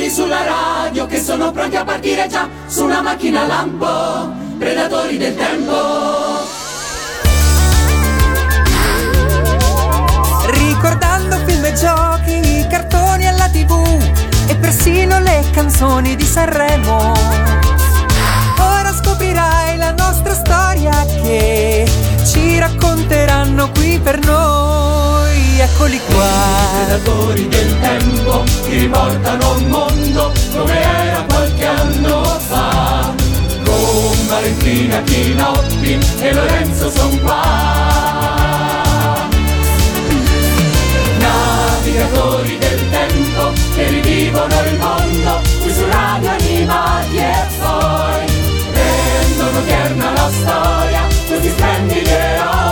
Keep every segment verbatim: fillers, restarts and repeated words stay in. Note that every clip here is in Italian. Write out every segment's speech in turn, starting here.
Eccoli sulla radio che sono pronti a partire già su una macchina lampo, predatori del tempo. Ricordando film e giochi, cartoni alla tivù e persino le canzoni di Sanremo. Ora scoprirai la nostra storia che ci racconteranno qui per noi. Eccoli qua, i predatori del tempo che riportano un mondo come era qualche anno fa. Con Valentina Chinoppi e Lorenzo son qua. Navigatori del tempo che rivivono il mondo qui su Radio Animati e poi rendono tierna la storia questi splendidi eroi.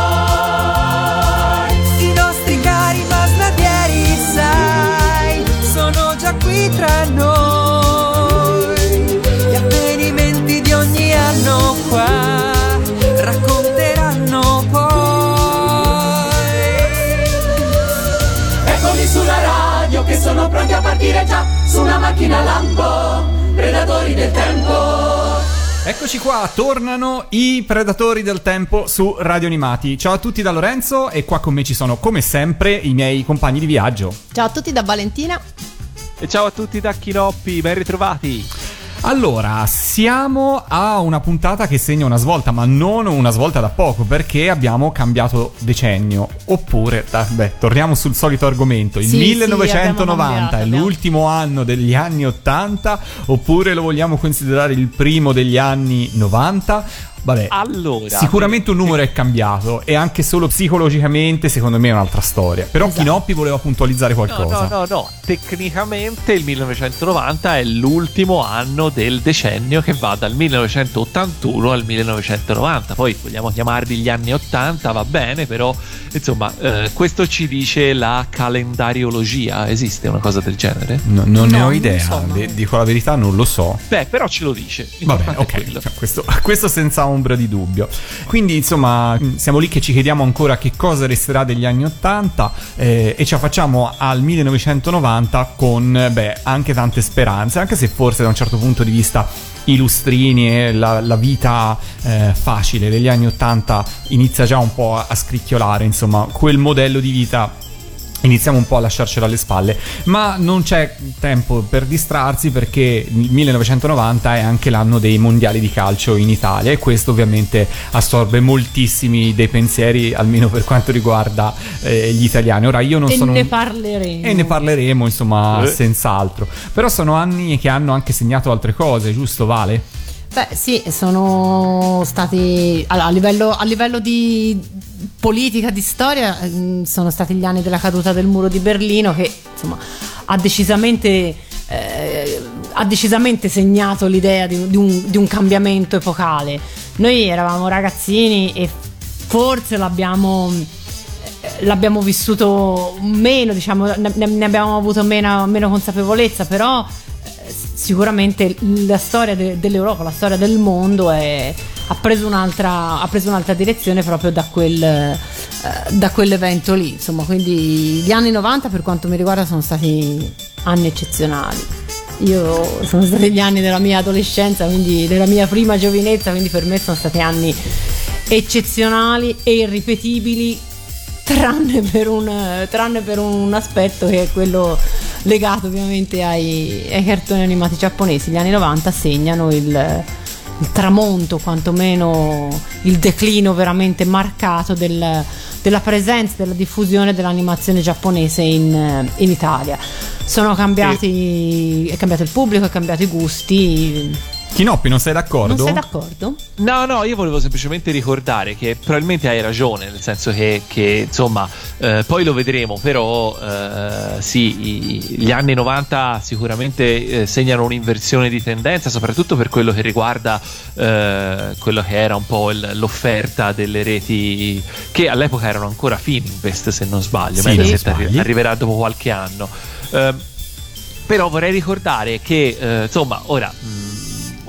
i nostri cari masnadieri, sai, sono già qui tra noi. Gli avvenimenti di ogni anno qua racconteranno poi. Eccoli sulla radio che sono pronti a partire già su una macchina lampo, predatori del tempo. Eccoci qua, tornano i Predatori del Tempo su Radio Animati. Ciao a tutti da Lorenzo e qua con me ci sono come sempre i miei compagni di viaggio. Ciao a tutti da Valentina. E ciao a tutti da Chinoppi, ben ritrovati. Allora, siamo a una puntata che segna una svolta, ma non una svolta da poco, perché abbiamo cambiato decennio. Oppure, da, beh, torniamo sul solito argomento. Il Sì, millenovecentonovanta sì, è l'ultimo anno degli anni ottanta, oppure lo vogliamo considerare il primo degli anni novanta? Vabbè, Allora, sicuramente un numero è cambiato e anche solo psicologicamente secondo me è un'altra storia. Però Esatto. Chinoppi voleva puntualizzare No, qualcosa. no, no, no, tecnicamente il millenovecentonovanta è l'ultimo anno del decennio che va dal millenovecentottantuno al millenovecentonovanta. Poi vogliamo chiamarli gli anni ottanta, va bene, però insomma eh, questo ci dice la calendariologia. Esiste una cosa del genere? No, non ne No, ho non idea, so, no. D- dico la verità, non lo so. Beh, però ce lo dice. Va bene, L'importante è ok, quello. cioè, questo, questo senza ombra di dubbio. Quindi insomma siamo lì che ci chiediamo ancora che cosa resterà degli anni ottanta eh, e ci affacciamo al millenovecentonovanta con beh anche tante speranze, anche se forse da un certo punto di vista i lustrini e la, la vita eh, facile degli anni ottanta inizia già un po' a, a scricchiolare, insomma quel modello di vita iniziamo un po' a lasciarcelo alle spalle, ma non c'è tempo per distrarsi perché il millenovecentonovanta è anche l'anno dei mondiali di calcio in Italia e questo ovviamente assorbe moltissimi dei pensieri, almeno per quanto riguarda eh, gli italiani. Ora io non E sono ne un... parleremo. E ne parleremo, insomma, Eh. senz'altro. Però sono anni che hanno anche segnato altre cose, giusto Vale? Beh sì, sono stati a, a livello, a livello di politica, di storia, mh, sono stati gli anni della caduta del muro di Berlino che insomma ha decisamente eh, ha decisamente segnato l'idea di, di, un, di un cambiamento epocale. Noi eravamo ragazzini e forse l'abbiamo l'abbiamo vissuto meno, diciamo, ne, ne abbiamo avuto meno, meno consapevolezza, però sicuramente la storia de- dell'Europa, la storia del mondo è, ha preso un'altra ha preso un'altra direzione proprio da quel eh, da quell'evento lì, insomma. Quindi gli anni novanta per quanto mi riguarda sono stati anni eccezionali. Io sono stati gli anni della mia adolescenza, quindi della mia prima giovinezza, quindi per me sono stati anni eccezionali e irripetibili, tranne per un tranne per un aspetto che è quello legato ovviamente ai, ai cartoni animati giapponesi. Gli anni novanta segnano il, il tramonto, quantomeno il declino veramente marcato del, della presenza, della diffusione dell'animazione giapponese in, in Italia. Sono cambiati, è cambiato il pubblico, è cambiato i gusti. Chinoppi, non sei d'accordo? Non sei d'accordo? No, no, io volevo semplicemente ricordare che probabilmente hai ragione, nel senso che, che insomma, eh, poi lo vedremo, però eh, sì, i, gli anni novanta sicuramente eh, segnano un'inversione di tendenza, soprattutto per quello che riguarda eh, quello che era un po' il, l'offerta delle reti, che all'epoca erano ancora Fininvest, se non sbaglio, Sì, Mediaset non sbagli. arri- arriverà dopo qualche anno. Eh, però vorrei ricordare che, eh, insomma, ora... Mh,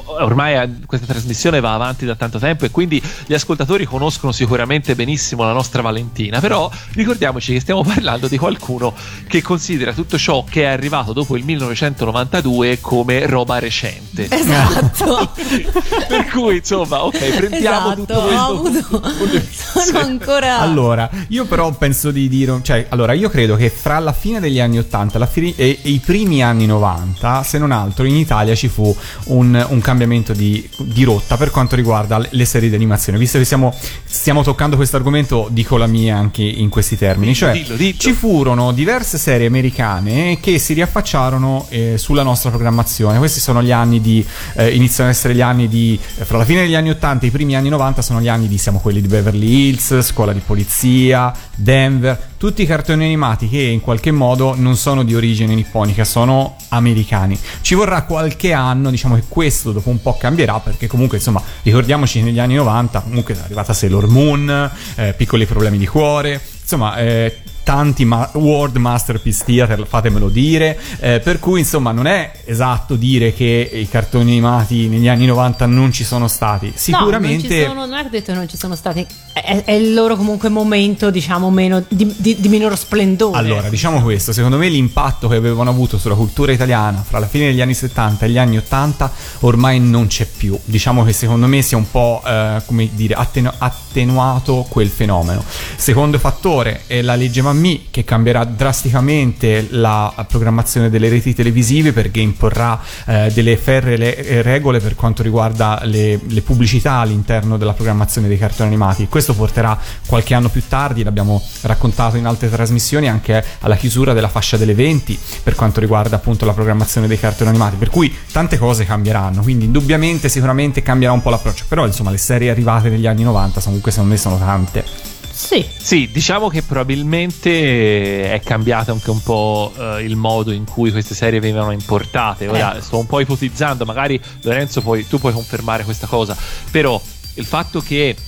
ormai questa trasmissione va avanti da tanto tempo e quindi gli ascoltatori conoscono sicuramente benissimo la nostra Valentina, però ricordiamoci che stiamo parlando di qualcuno che considera tutto ciò che è arrivato dopo il millenovecentonovantadue come roba recente. Esatto. Per cui insomma, ok, prendiamo Esatto, tutto ho quello. avuto- sono ancora Allora, io però penso di dire, cioè, allora io credo che fra la fine degli anni ottanta la fi- e, e i primi anni novanta, se non altro, in Italia ci fu un, un cambiamento di, di rotta per quanto riguarda le, le serie di animazione. Visto che siamo, stiamo toccando questo argomento, dico la mia anche in questi termini. Cioè, Dillo, dillo. ci furono diverse serie americane che si riaffacciarono eh, sulla nostra programmazione. Questi sono gli anni di, eh, iniziano ad essere gli anni di, eh, fra la fine degli anni ottanta e i primi anni novanta sono gli anni di Siamo quelli di Beverly Hills, Scuola di Polizia, Denver, tutti i cartoni animati che in qualche modo non sono di origine nipponica, sono americani. Ci vorrà qualche anno, diciamo che questo dopo un po' cambierà, perché comunque insomma ricordiamoci negli anni novanta comunque è arrivata Sailor Moon, eh, Piccoli problemi di cuore, insomma eh, tanti ma- World Masterpiece Theater, fatemelo dire, eh, per cui insomma non è esatto dire che i cartoni animati negli anni novanta non ci sono stati, sicuramente no, non, ci sono, non è detto che non ci sono stati, è, è il loro comunque momento, diciamo, meno di, di, di minor splendore. Allora, diciamo questo, secondo me l'impatto che avevano avuto sulla cultura italiana fra la fine degli anni settanta e gli anni ottanta ormai non c'è più. Diciamo che secondo me sia un po' eh, come dire attenu- attenuato quel fenomeno. Secondo fattore è la legge Mammì, che cambierà drasticamente la programmazione delle reti televisive, perché imporrà eh, delle ferree le- regole per quanto riguarda le, le pubblicità all'interno della programmazione dei cartoni animati. Questo porterà qualche anno più tardi, l'abbiamo raccontato in altre trasmissioni, anche alla chiusura della fascia delle venti per quanto riguarda appunto la programmazione dei cartoni animati, per cui tante cose cambieranno, quindi indubbiamente sicuramente cambierà un po' l'approccio, però insomma le serie arrivate negli anni novanta comunque secondo me sono tante. Sì. Sì, diciamo che probabilmente è cambiato anche un po' eh, il modo in cui queste serie venivano importate. Ora Eh. sto un po' ipotizzando, magari Lorenzo poi, tu puoi confermare questa cosa, però il fatto che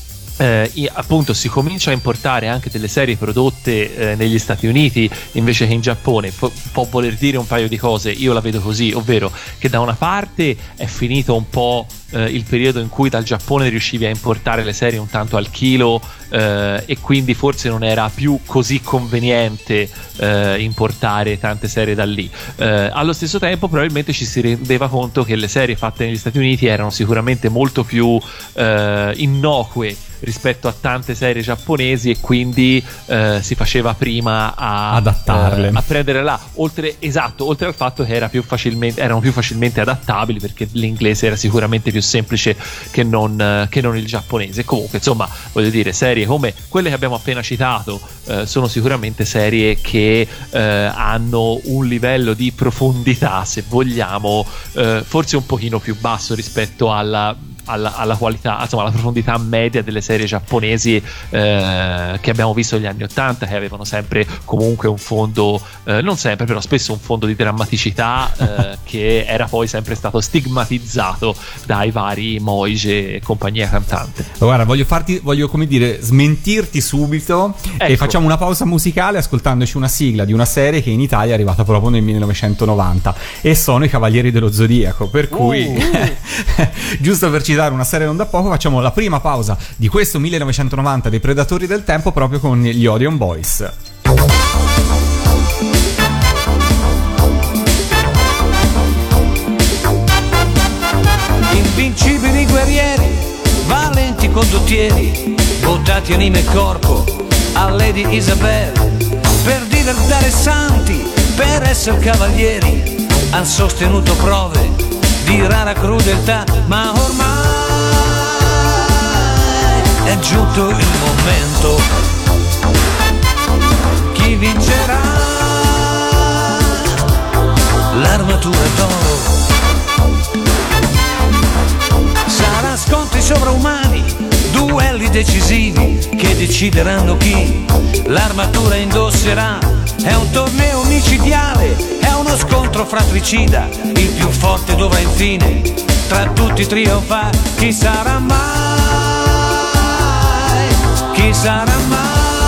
Eh, i- appunto si comincia a importare anche delle serie prodotte eh, negli Stati Uniti invece che in Giappone pu- può voler dire un paio di cose. Io la vedo così, ovvero che da una parte è finito un po' eh, il periodo in cui dal Giappone riuscivi a importare le serie un tanto al chilo eh, e quindi forse non era più così conveniente eh, importare tante serie da lì. Eh, allo stesso tempo probabilmente ci si rendeva conto che le serie fatte negli Stati Uniti erano sicuramente molto più eh, innocue rispetto a tante serie giapponesi e quindi eh, si faceva prima a Adattarle. eh, a prendere là, oltre esatto, oltre al fatto che era più facilmente, erano più facilmente adattabili, perché l'inglese era sicuramente più semplice che non, eh, che non il giapponese. Comunque insomma, voglio dire, serie come quelle che abbiamo appena citato eh, sono sicuramente serie che eh, hanno un livello di profondità, se vogliamo, eh, forse un pochino più basso rispetto alla Alla, alla qualità, insomma alla profondità media delle serie giapponesi eh, che abbiamo visto negli anni ottanta, che avevano sempre comunque un fondo, eh, non sempre però spesso un fondo di drammaticità eh, che era poi sempre stato stigmatizzato dai vari Moige e compagnia cantante. Guarda, voglio farti, voglio come dire, smentirti subito e Ecco. facciamo una pausa musicale ascoltandoci una sigla di una serie che in Italia è arrivata proprio nel millenovecentonovanta e sono i Cavalieri dello Zodiaco, per cui Uh. giusto per citare una serie non da poco, facciamo la prima pausa di questo millenovecentonovanta dei Predatori del Tempo proprio con gli Odeon Boys. Invincibili guerrieri, valenti condottieri, votati anima e corpo a Lady Isabel, per diventare santi, per essere cavalieri, han sostenuto prove di rara crudeltà, ma ormai è giunto il momento. Chi vincerà? L'armatura d'oro. Sarà scontri sovraumani, duelli decisivi che decideranno chi l'armatura indosserà. È un torneo micidiale, è uno scontro fratricida, il più forte dovrà infine tra tutti trionfare. Chi sarà mai? Chi sarà mai?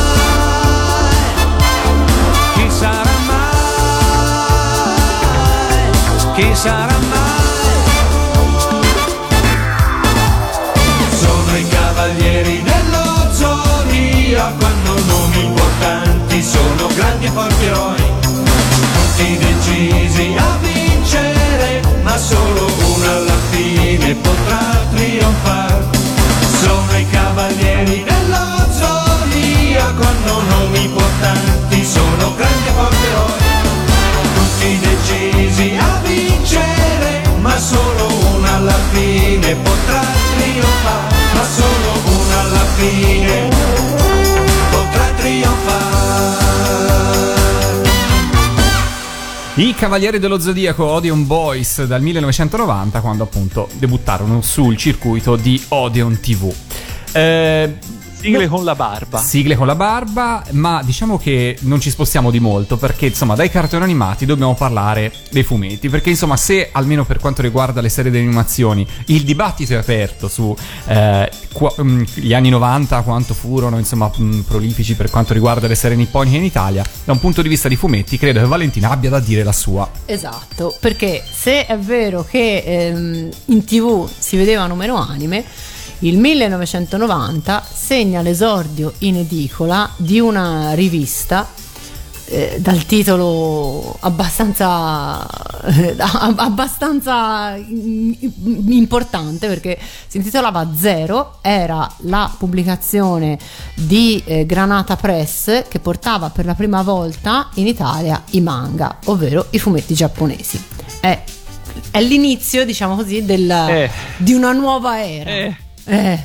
Chi sarà mai? Chi sarà mai? forti eroi, tutti decisi a vincere, ma solo uno alla fine potrà trionfare. Sono i cavalieri dello zodiaco, hanno nomi importanti, sono grandi e forti eroi, tutti decisi a vincere, ma solo uno alla fine potrà trionfare, ma solo uno alla fine potrà trionfare. I Cavalieri dello Zodiaco, Odeon Boys, dal millenovecentonovanta, quando appunto debuttarono sul circuito di Odeon tivù. Eh, Sigle con la barba. Sigle con la barba, ma diciamo che non ci spostiamo di molto, perché insomma dai cartoni animati dobbiamo parlare dei fumetti, perché insomma se almeno per quanto riguarda le serie di animazioni il dibattito è aperto su eh, qua, mh, gli anni novanta quanto furono insomma mh, prolifici per quanto riguarda le serie nipponiche in Italia, da un punto di vista di fumetti credo che Valentina abbia da dire la sua. Esatto, perché se è vero che ehm, in tivù si vedevano meno anime, il millenovecentonovanta segna l'esordio in edicola di una rivista eh, dal titolo abbastanza eh, abbastanza importante, perché si intitolava Zero. Era la pubblicazione di eh, Granata Press, che portava per la prima volta in Italia i manga, ovvero i fumetti giapponesi. È, è l'inizio, diciamo così, del, eh. di una nuova era. Eh. Eh.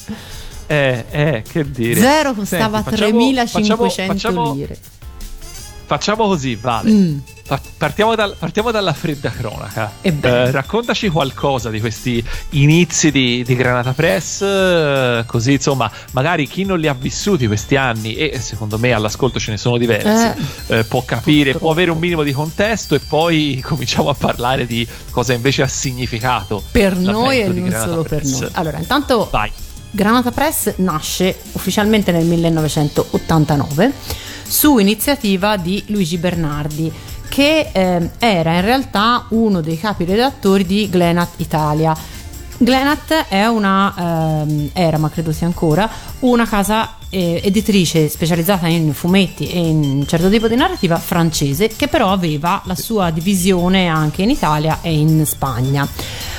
Eh, eh, che dire. Zero costava Senti, tremilacinquecento facciamo, lire. Facciamo così, Vale. Mm. Partiamo, dal, partiamo dalla fredda cronaca. Eh, raccontaci qualcosa di questi inizi di, di Granata Press, eh, così insomma, magari chi non li ha vissuti questi anni, e secondo me all'ascolto ce ne sono diversi, eh, eh, può capire, può avere un minimo di contesto, e poi cominciamo a parlare di cosa invece ha significato per noi e di non Granata solo Press. per noi. Allora, intanto Vai. Granata Press nasce ufficialmente nel millenovecentottantanove su iniziativa di Luigi Bernardi, che eh, era in realtà uno dei capi redattori di Glenat Italia. Glenat è una ehm, era, ma credo sia ancora, una casa eh, editrice specializzata in fumetti e in un certo tipo di narrativa francese, che però aveva la sua divisione anche in Italia e in Spagna.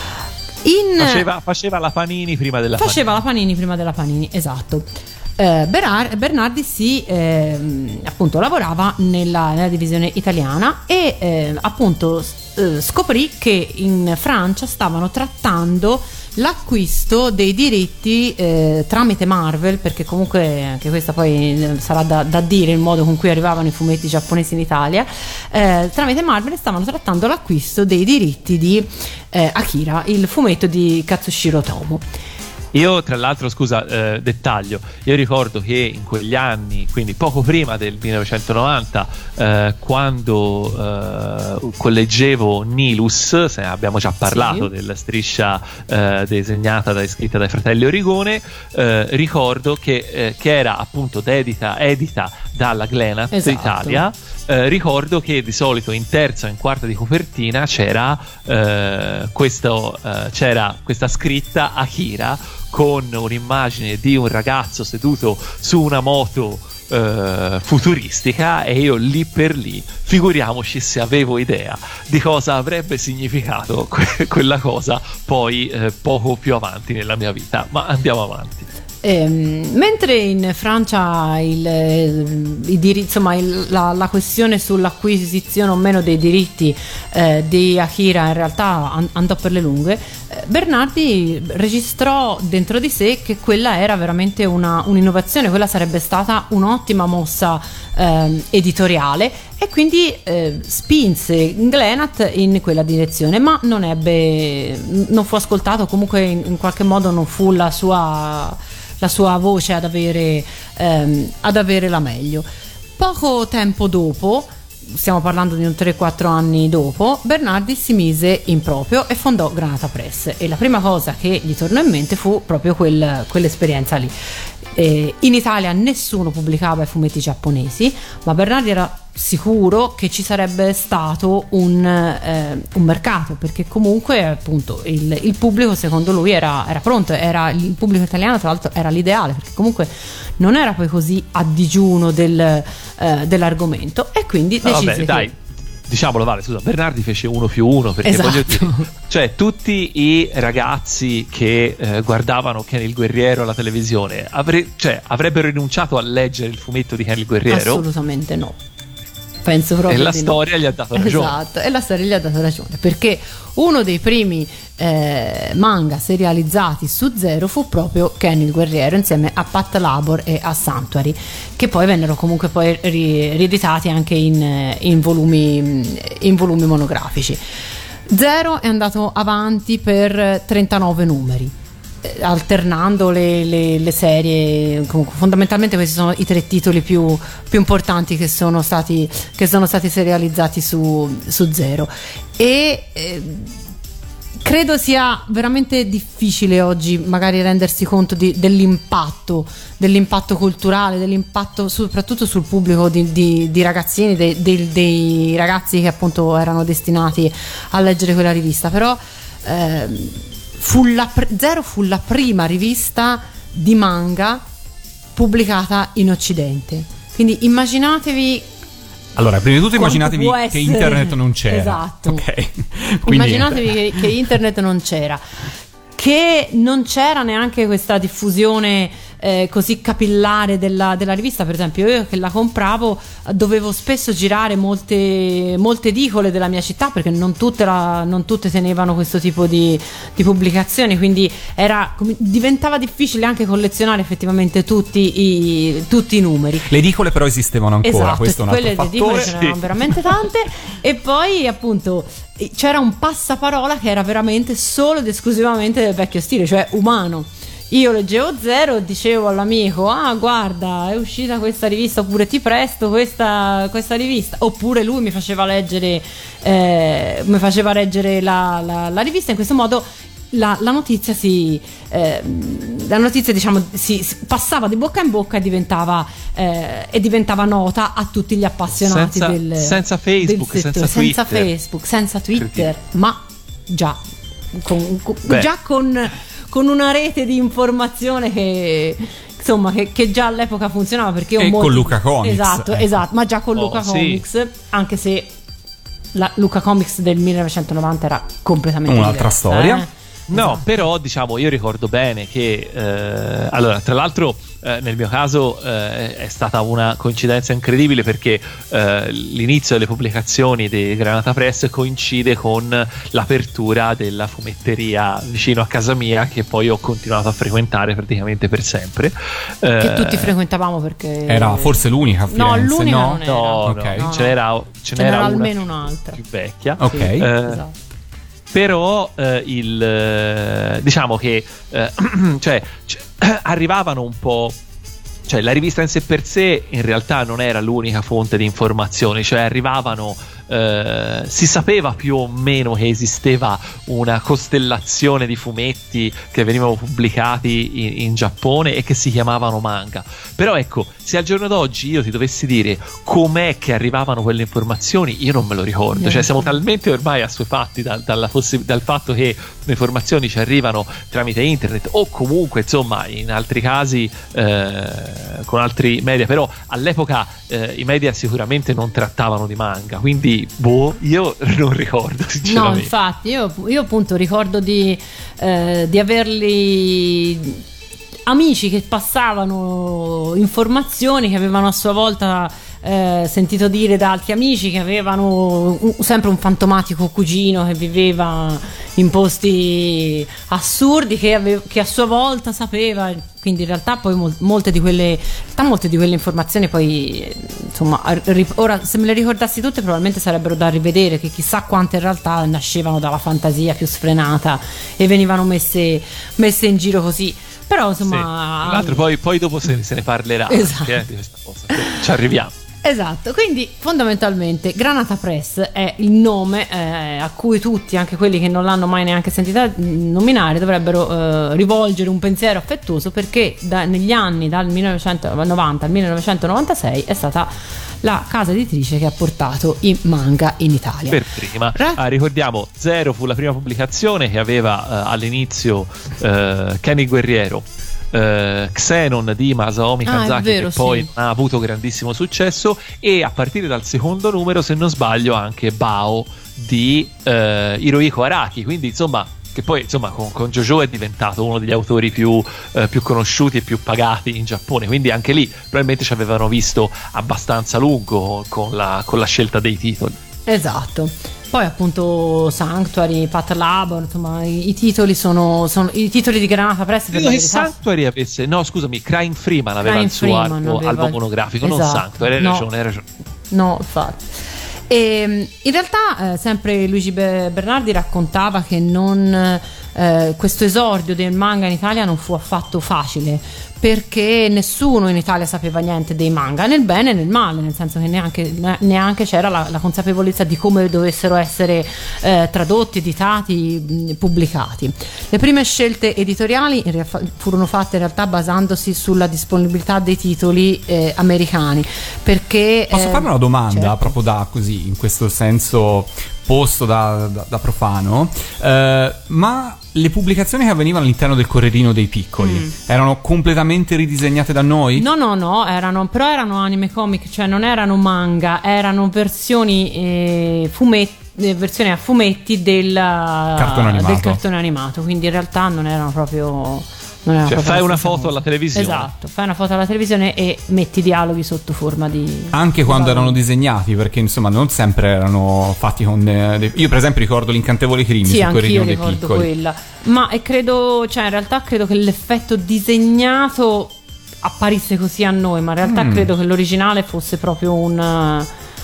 In, faceva, faceva la Panini prima della faceva Panini. la Panini prima della Panini, esatto. Eh, Berar- Bernardi si eh, appunto lavorava nella, nella divisione italiana e eh, appunto eh, scoprì che in Francia stavano trattando l'acquisto dei diritti eh, tramite Marvel, perché comunque anche questa poi sarà da, da dire il modo con cui arrivavano i fumetti giapponesi in Italia. Eh, tramite Marvel stavano trattando l'acquisto dei diritti di eh, Akira, il fumetto di Katsushiro Otomo. Io tra l'altro, scusa, eh, dettaglio, io ricordo che in quegli anni, quindi poco prima del millenovecentonovanta, eh, quando eh, colleggevo Nilus, se ne abbiamo già parlato, sì, della striscia eh, disegnata e scritta dai fratelli Origone, eh, ricordo che, eh, che era appunto edita, edita dalla Glenat, esatto, Italia. Eh, ricordo che di solito in terza o in quarta di copertina c'era, eh, questo, eh, c'era questa scritta Akira, con un'immagine di un ragazzo seduto su una moto eh, futuristica, e io lì per lì, figuriamoci se avevo idea di cosa avrebbe significato que- quella cosa poi eh, poco più avanti nella mia vita, ma andiamo avanti. Eh, mentre in Francia il, i diritti, insomma il, la, la questione sull'acquisizione o meno dei diritti eh, di Akira in realtà and, andò per le lunghe, eh, Bernardi registrò dentro di sé che quella era veramente una, un'innovazione, quella sarebbe stata un'ottima mossa eh, editoriale, e quindi eh, spinse Glenat in quella direzione, ma non ebbe, non fu ascoltato, comunque in, in qualche modo non fu la sua la sua voce ad avere, ehm, ad avere la meglio. Poco tempo dopo, stiamo parlando di un tre quattro anni dopo, Bernardi si mise in proprio e fondò Granata Press, e la prima cosa che gli tornò in mente fu proprio quel, quell'esperienza lì. Eh, in Italia nessuno pubblicava i fumetti giapponesi, ma Bernardi era sicuro che ci sarebbe stato un, eh, un mercato, perché comunque appunto il, il pubblico secondo lui era, era pronto, era, il pubblico italiano tra l'altro era l'ideale, perché comunque non era poi così a digiuno del, eh, dell'argomento, e quindi no, decise vabbè, che... dai, diciamolo, Vale, scusa, Bernardi fece uno più uno, perché esatto. voglio dire, cioè tutti i ragazzi che eh, guardavano Ken il Guerriero alla televisione avre- cioè, avrebbero rinunciato a leggere il fumetto di Ken il Guerriero? Assolutamente no. Penso proprio e la di storia no. gli ha dato ragione. Esatto, e la storia gli ha dato ragione, perché uno dei primi eh, manga serializzati su Zero fu proprio Ken il Guerriero, insieme a Pat Labor e a Sanctuary, che poi vennero comunque poi ri- rieditati anche in, in, volumi, in volumi monografici. Zero è andato avanti per trentanove numeri, alternando le, le, le serie. Comunque fondamentalmente questi sono i tre titoli più, più importanti che sono stati che sono stati serializzati su, su Zero, e eh, credo sia veramente difficile oggi magari rendersi conto di, dell'impatto dell'impatto culturale, dell'impatto soprattutto sul pubblico di, di, di ragazzini, dei, dei, dei ragazzi che appunto erano destinati a leggere quella rivista. Però ehm, Fu la pr- Zero fu la prima rivista di manga pubblicata in Occidente, quindi immaginatevi. Allora, prima di tutto immaginatevi può che essere... internet non c'era. Esatto. Okay. Quindi... Immaginatevi che, che internet non c'era, che non c'era neanche questa diffusione eh, così capillare della, della rivista. Per esempio, io che la compravo dovevo spesso girare molte, molte edicole della mia città, perché non tutte, la, non tutte tenevano questo tipo di, di pubblicazioni, quindi era, diventava difficile anche collezionare effettivamente tutti i, tutti i numeri. Le edicole però esistevano ancora, esatto, questo è un altro quelle fattore. edicole ce n'erano veramente tante. E poi appunto c'era un passaparola che era veramente solo ed esclusivamente del vecchio stile, cioè umano. Io leggevo Zero, dicevo all'amico: ah, guarda, è uscita questa rivista, oppure ti presto questa, questa rivista, oppure lui mi faceva leggere eh, mi faceva leggere la, la, la rivista. In questo modo la, la notizia si eh, la notizia diciamo si, si passava di bocca in bocca e diventava eh, e diventava nota a tutti gli appassionati senza, del senza Facebook, del senza senza Twitter. Facebook, senza Twitter, ma già con, con, Beh. già con con una rete di informazione che insomma che, che già all'epoca funzionava, perché io e molti... con Luca Comics, esatto, ecco. esatto, ma già con Oh, Luca sì. Comics, anche se la Luca Comics del millenovecentonovanta era completamente Un'altra diversa, storia. eh? No, Esatto. però diciamo io ricordo bene che eh, allora, tra l'altro eh, nel mio caso eh, è stata una coincidenza incredibile, perché eh, l'inizio delle pubblicazioni di Granata Press coincide con l'apertura della fumetteria vicino a casa mia, che poi ho continuato a frequentare praticamente per sempre. Eh, Che tutti frequentavamo, perché Era forse l'unica a no, Firenze, l'unica no? non era. No, Ok. no, No, ce no. n'era, ce Ce n'era n'era una almeno più- un'altra. più vecchia. Ok. Sì, Eh, esatto. Però eh, il eh, diciamo che eh, cioè, c- arrivavano un po', cioè la rivista in sé per sé in realtà non era l'unica fonte di informazioni, cioè arrivavano eh, si sapeva più o meno che esisteva una costellazione di fumetti che venivano pubblicati in, in Giappone e che si chiamavano manga. Però ecco, se al giorno d'oggi io ti dovessi dire com'è che arrivavano quelle informazioni, io non me lo ricordo. No. Cioè siamo talmente ormai assuefatti dal, dalla possi- dal fatto che le informazioni ci arrivano tramite internet o comunque insomma in altri casi eh, con altri media. Però all'epoca eh, i media sicuramente non trattavano di manga, quindi boh, io non ricordo No, sinceramente. infatti io, io appunto ricordo di, eh, di averli amici che passavano informazioni che avevano a sua volta eh, sentito dire da altri amici che avevano un- sempre un fantomatico cugino che viveva in posti assurdi, che, ave- che a sua volta sapeva. Quindi in realtà poi mol- molte di quelle in realtà molte di quelle informazioni poi eh, insomma a- ri- ora se me le ricordassi tutte probabilmente sarebbero da rivedere, che chissà quante in realtà nascevano dalla fantasia più sfrenata e venivano messe, messe in giro così. Però Sì. insomma Tra l'altro poi, poi dopo se, se ne parlerà Esatto. anche, eh, di questa cosa. Ci arriviamo. Esatto, quindi fondamentalmente Granata Press è il nome eh, a cui tutti, anche quelli che non l'hanno mai neanche sentita nominare, dovrebbero eh, rivolgere un pensiero affettuoso, perché da, negli anni dal millenovecentonovanta al millenovecentonovantasei è stata la casa editrice che ha portato i manga in Italia. Per prima, ah, ricordiamo, Zero fu la prima pubblicazione che aveva eh, all'inizio eh, Kenny Guerriero, Uh, Xenon di Masaomi Kazaki, ah, vero, che poi sì. non ha avuto grandissimo successo, e a partire dal secondo numero, se non sbaglio, anche Bao di uh, Hirohiko Araki, quindi insomma, che poi insomma con, con JoJo è diventato uno degli autori più, uh, più conosciuti e più pagati in Giappone, quindi anche lì probabilmente ci avevano visto abbastanza lungo con la, con la scelta dei titoli. Esatto. Poi appunto Sanctuary, Pat Labor, insomma i, i titoli sono, sono i titoli di Granata Press. Per Credo che Sanctuary avesse, no scusami, Crying Freeman aveva Crying il suo Freeman albo, aveva... albo monografico, esatto. Non Sanctuary, hai no. ragione, hai ragione. No, infatti. E in realtà eh, sempre Luigi Bernardi raccontava che non eh, questo esordio del manga in Italia non fu affatto facile, perché nessuno in Italia sapeva niente dei manga, nel bene e nel male, nel senso che neanche, neanche c'era la, la consapevolezza di come dovessero essere eh, tradotti, editati, mh, pubblicati. Le prime scelte editoriali in realtà, furono fatte in realtà basandosi sulla disponibilità dei titoli eh, americani, perché posso eh, fare una domanda, certo. proprio da così, in questo senso posto da, da, da profano, eh, ma le pubblicazioni che avvenivano all'interno del Corredino dei Piccoli mm. erano completamente ridisegnate da noi? No, no, no, erano, però erano anime comic, cioè non erano manga, erano versioni eh, fumetti, versioni a fumetti del cartone, del cartone animato, quindi in realtà non erano proprio... Non cioè fai una foto cosa. alla televisione. Esatto, fai una foto alla televisione e metti dialoghi sotto forma di... Anche di quando erano disegnati, perché insomma non sempre erano fatti con... De... Io per esempio ricordo l'Incantevole Crimi sì, sul Corredino dei ricordo Piccoli. Quella. Ma e credo, cioè in realtà credo che l'effetto disegnato apparisse così a noi, ma in realtà mm. credo che l'originale fosse proprio un...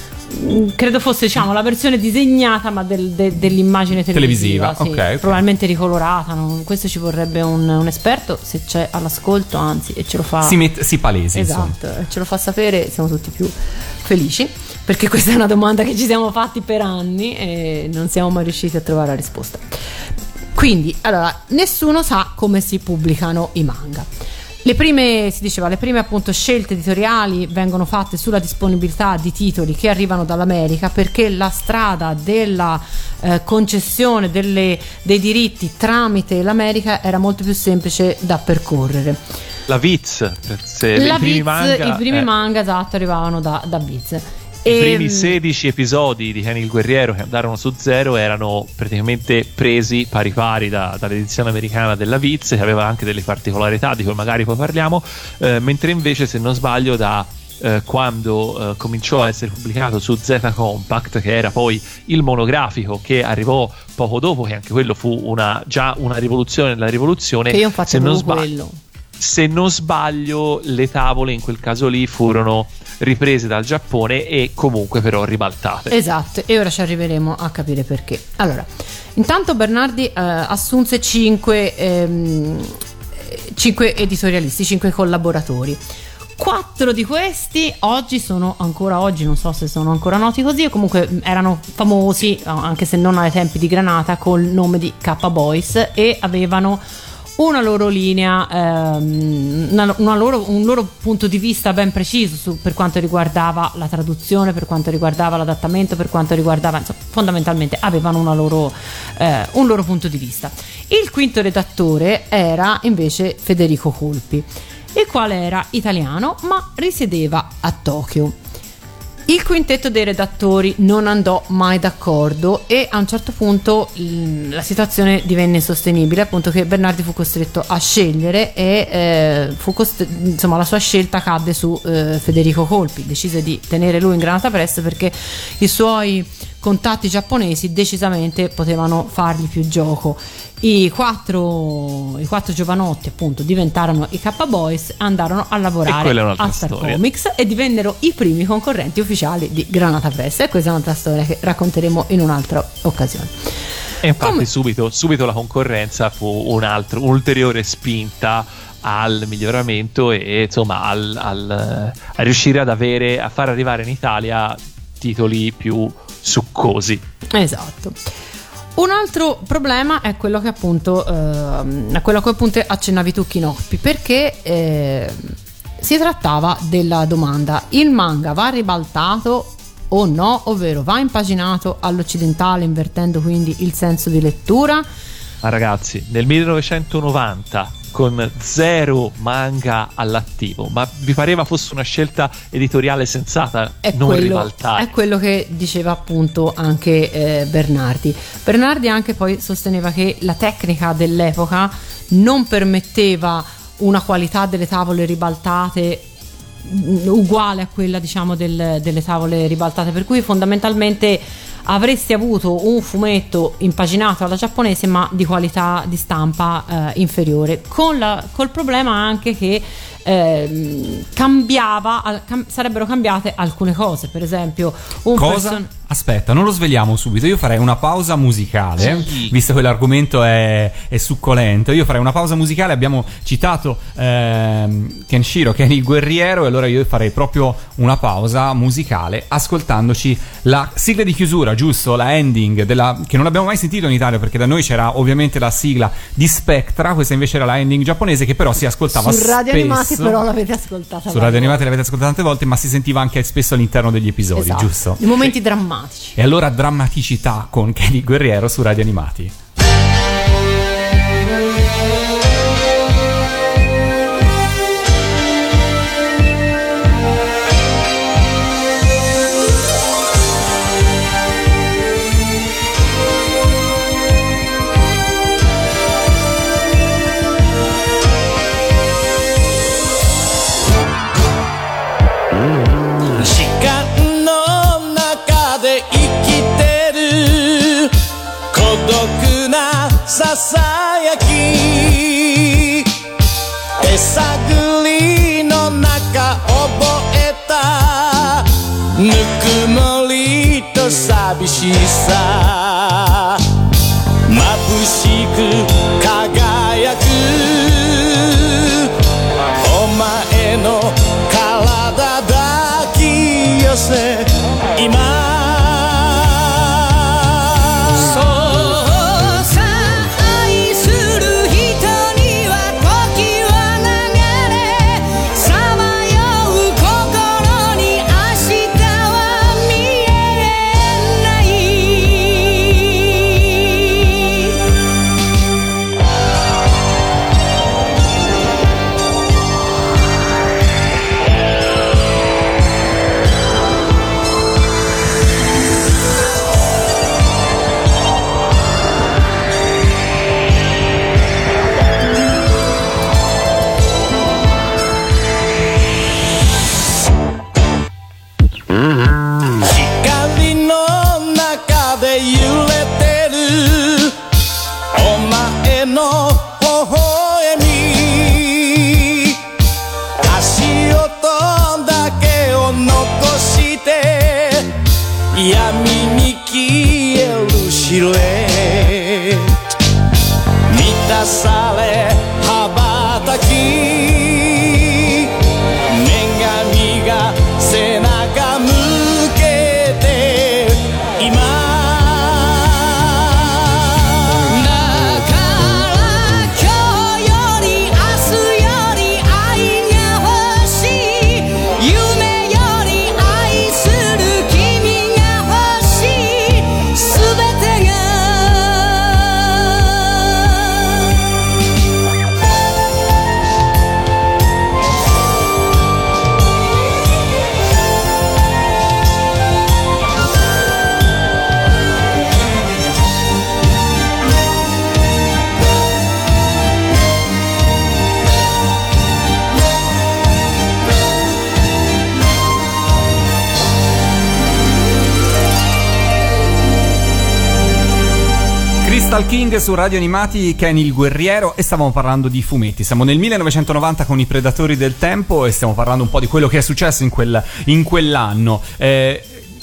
credo fosse diciamo la versione disegnata ma del, de, dell'immagine televisiva, televisiva. Sì, Okay, probabilmente okay. ricolorata, non, questo ci vorrebbe un, un esperto, se c'è all'ascolto, anzi, e ce lo fa, si, met, si palesi, esatto, insomma. Ce lo fa sapere, siamo tutti più felici, perché questa è una domanda che ci siamo fatti per anni e non siamo mai riusciti a trovare la risposta. Quindi allora nessuno sa come si pubblicano i manga. Le prime, si diceva, le prime appunto scelte editoriali vengono fatte sulla disponibilità di titoli che arrivano dall'America, perché la strada della eh, concessione delle, dei diritti tramite l'America era molto più semplice da percorrere. La Viz, se la i primi Viz, manga, i primi eh. manga esatto arrivavano da, da Viz. I e, primi sedici episodi di Kenny il Guerriero che andarono su Zero erano praticamente presi pari pari da, dall'edizione americana della Viz, che aveva anche delle particolarità di cui magari poi parliamo, eh, mentre invece, se non sbaglio, da eh, quando eh, cominciò a essere pubblicato su Z Compact, che era poi il monografico che arrivò poco dopo, che anche quello fu una, già una rivoluzione nella rivoluzione, che io ho se non sbaglio quello. Se non sbaglio, le tavole in quel caso lì furono riprese dal Giappone e comunque però ribaltate. Esatto, e ora ci arriveremo a capire perché. Allora, intanto Bernardi eh, assunse cinque, ehm, cinque editorialisti, cinque collaboratori. Quattro di questi oggi sono ancora oggi, non so se sono ancora noti così, o comunque erano famosi, anche se non ai tempi di Granata, col nome di K Boys, e avevano una loro linea, ehm, una, una loro, un loro punto di vista ben preciso su, per quanto riguardava la traduzione, per quanto riguardava l'adattamento, per quanto riguardava, insomma, fondamentalmente avevano una loro, eh, un loro punto di vista. Il quinto redattore era invece Federico Colpi, il quale era italiano ma risiedeva a Tokyo. Il quintetto dei redattori non andò mai d'accordo e a un certo punto la situazione divenne insostenibile, appunto che Bernardi fu costretto a scegliere e eh, fu costr- insomma la sua scelta cadde su eh, Federico Colpi. Decise di tenere lui in Granata Press perché i suoi contatti giapponesi decisamente potevano fargli più gioco. I quattro, i quattro giovanotti appunto diventarono i K Boys, andarono a lavorare a Star storia. Comics e divennero i primi concorrenti ufficiali di Granata Press, e questa è un'altra storia che racconteremo in un'altra occasione. E infatti Come... subito, subito la concorrenza fu un altro, un'ulteriore spinta al miglioramento e insomma al, al, a riuscire ad avere, a far arrivare in Italia titoli più succosi. Esatto. Un altro problema è quello che appunto eh, è quello che appunto accennavi tu, Kinoppi, perché eh, si trattava della domanda: il manga va ribaltato o no, ovvero va impaginato all'occidentale, invertendo quindi il senso di lettura? Ma ragazzi, nel millenovecentonovanta, con zero manga all'attivo, ma vi pareva fosse una scelta editoriale sensata È non quello, ribaltare? è quello che diceva appunto anche eh, Bernardi. Bernardi anche poi sosteneva che la tecnica dell'epoca non permetteva una qualità delle tavole ribaltate uguale a quella, diciamo, del, delle tavole ribaltate, per cui fondamentalmente avresti avuto un fumetto impaginato alla giapponese ma di qualità di stampa eh, inferiore, con la, col problema anche che eh, cambiava cam- sarebbero cambiate alcune cose, per esempio un Cosa? person- Aspetta, non lo sveliamo subito. Io farei una pausa musicale, Sì. visto che l'argomento è, è succolento. Io farei una pausa musicale. Abbiamo citato ehm, Kenshiro, che è il guerriero, e allora io farei proprio una pausa musicale ascoltandoci la sigla di chiusura, giusto? La ending, della, che non abbiamo mai sentito in Italia, perché da noi c'era ovviamente la sigla di Spectra, questa invece era la ending giapponese, che però si ascoltava su Radio spesso. Animati, però l'avete ascoltata Su Radio Animati l'avete ascoltata tante volte, ma si sentiva anche spesso all'interno degli episodi, esatto, giusto? i momenti drammatici. E allora drammaticità con Kenny Guerriero su Radio Animati. ささやき手探りの中覚えたぬくもりと寂しさ眩しく輝くお前の体抱き寄せ今闇に消えるシルエット満たされ羽ばたき女神が背中向けて今 Crystal King su Radio Animati, Kenny il guerriero, e stavamo parlando di fumetti. Siamo nel millenovecentonovanta con I Predatori del Tempo e stiamo parlando un po' di quello che è successo in, quel, in quell'anno. Eh,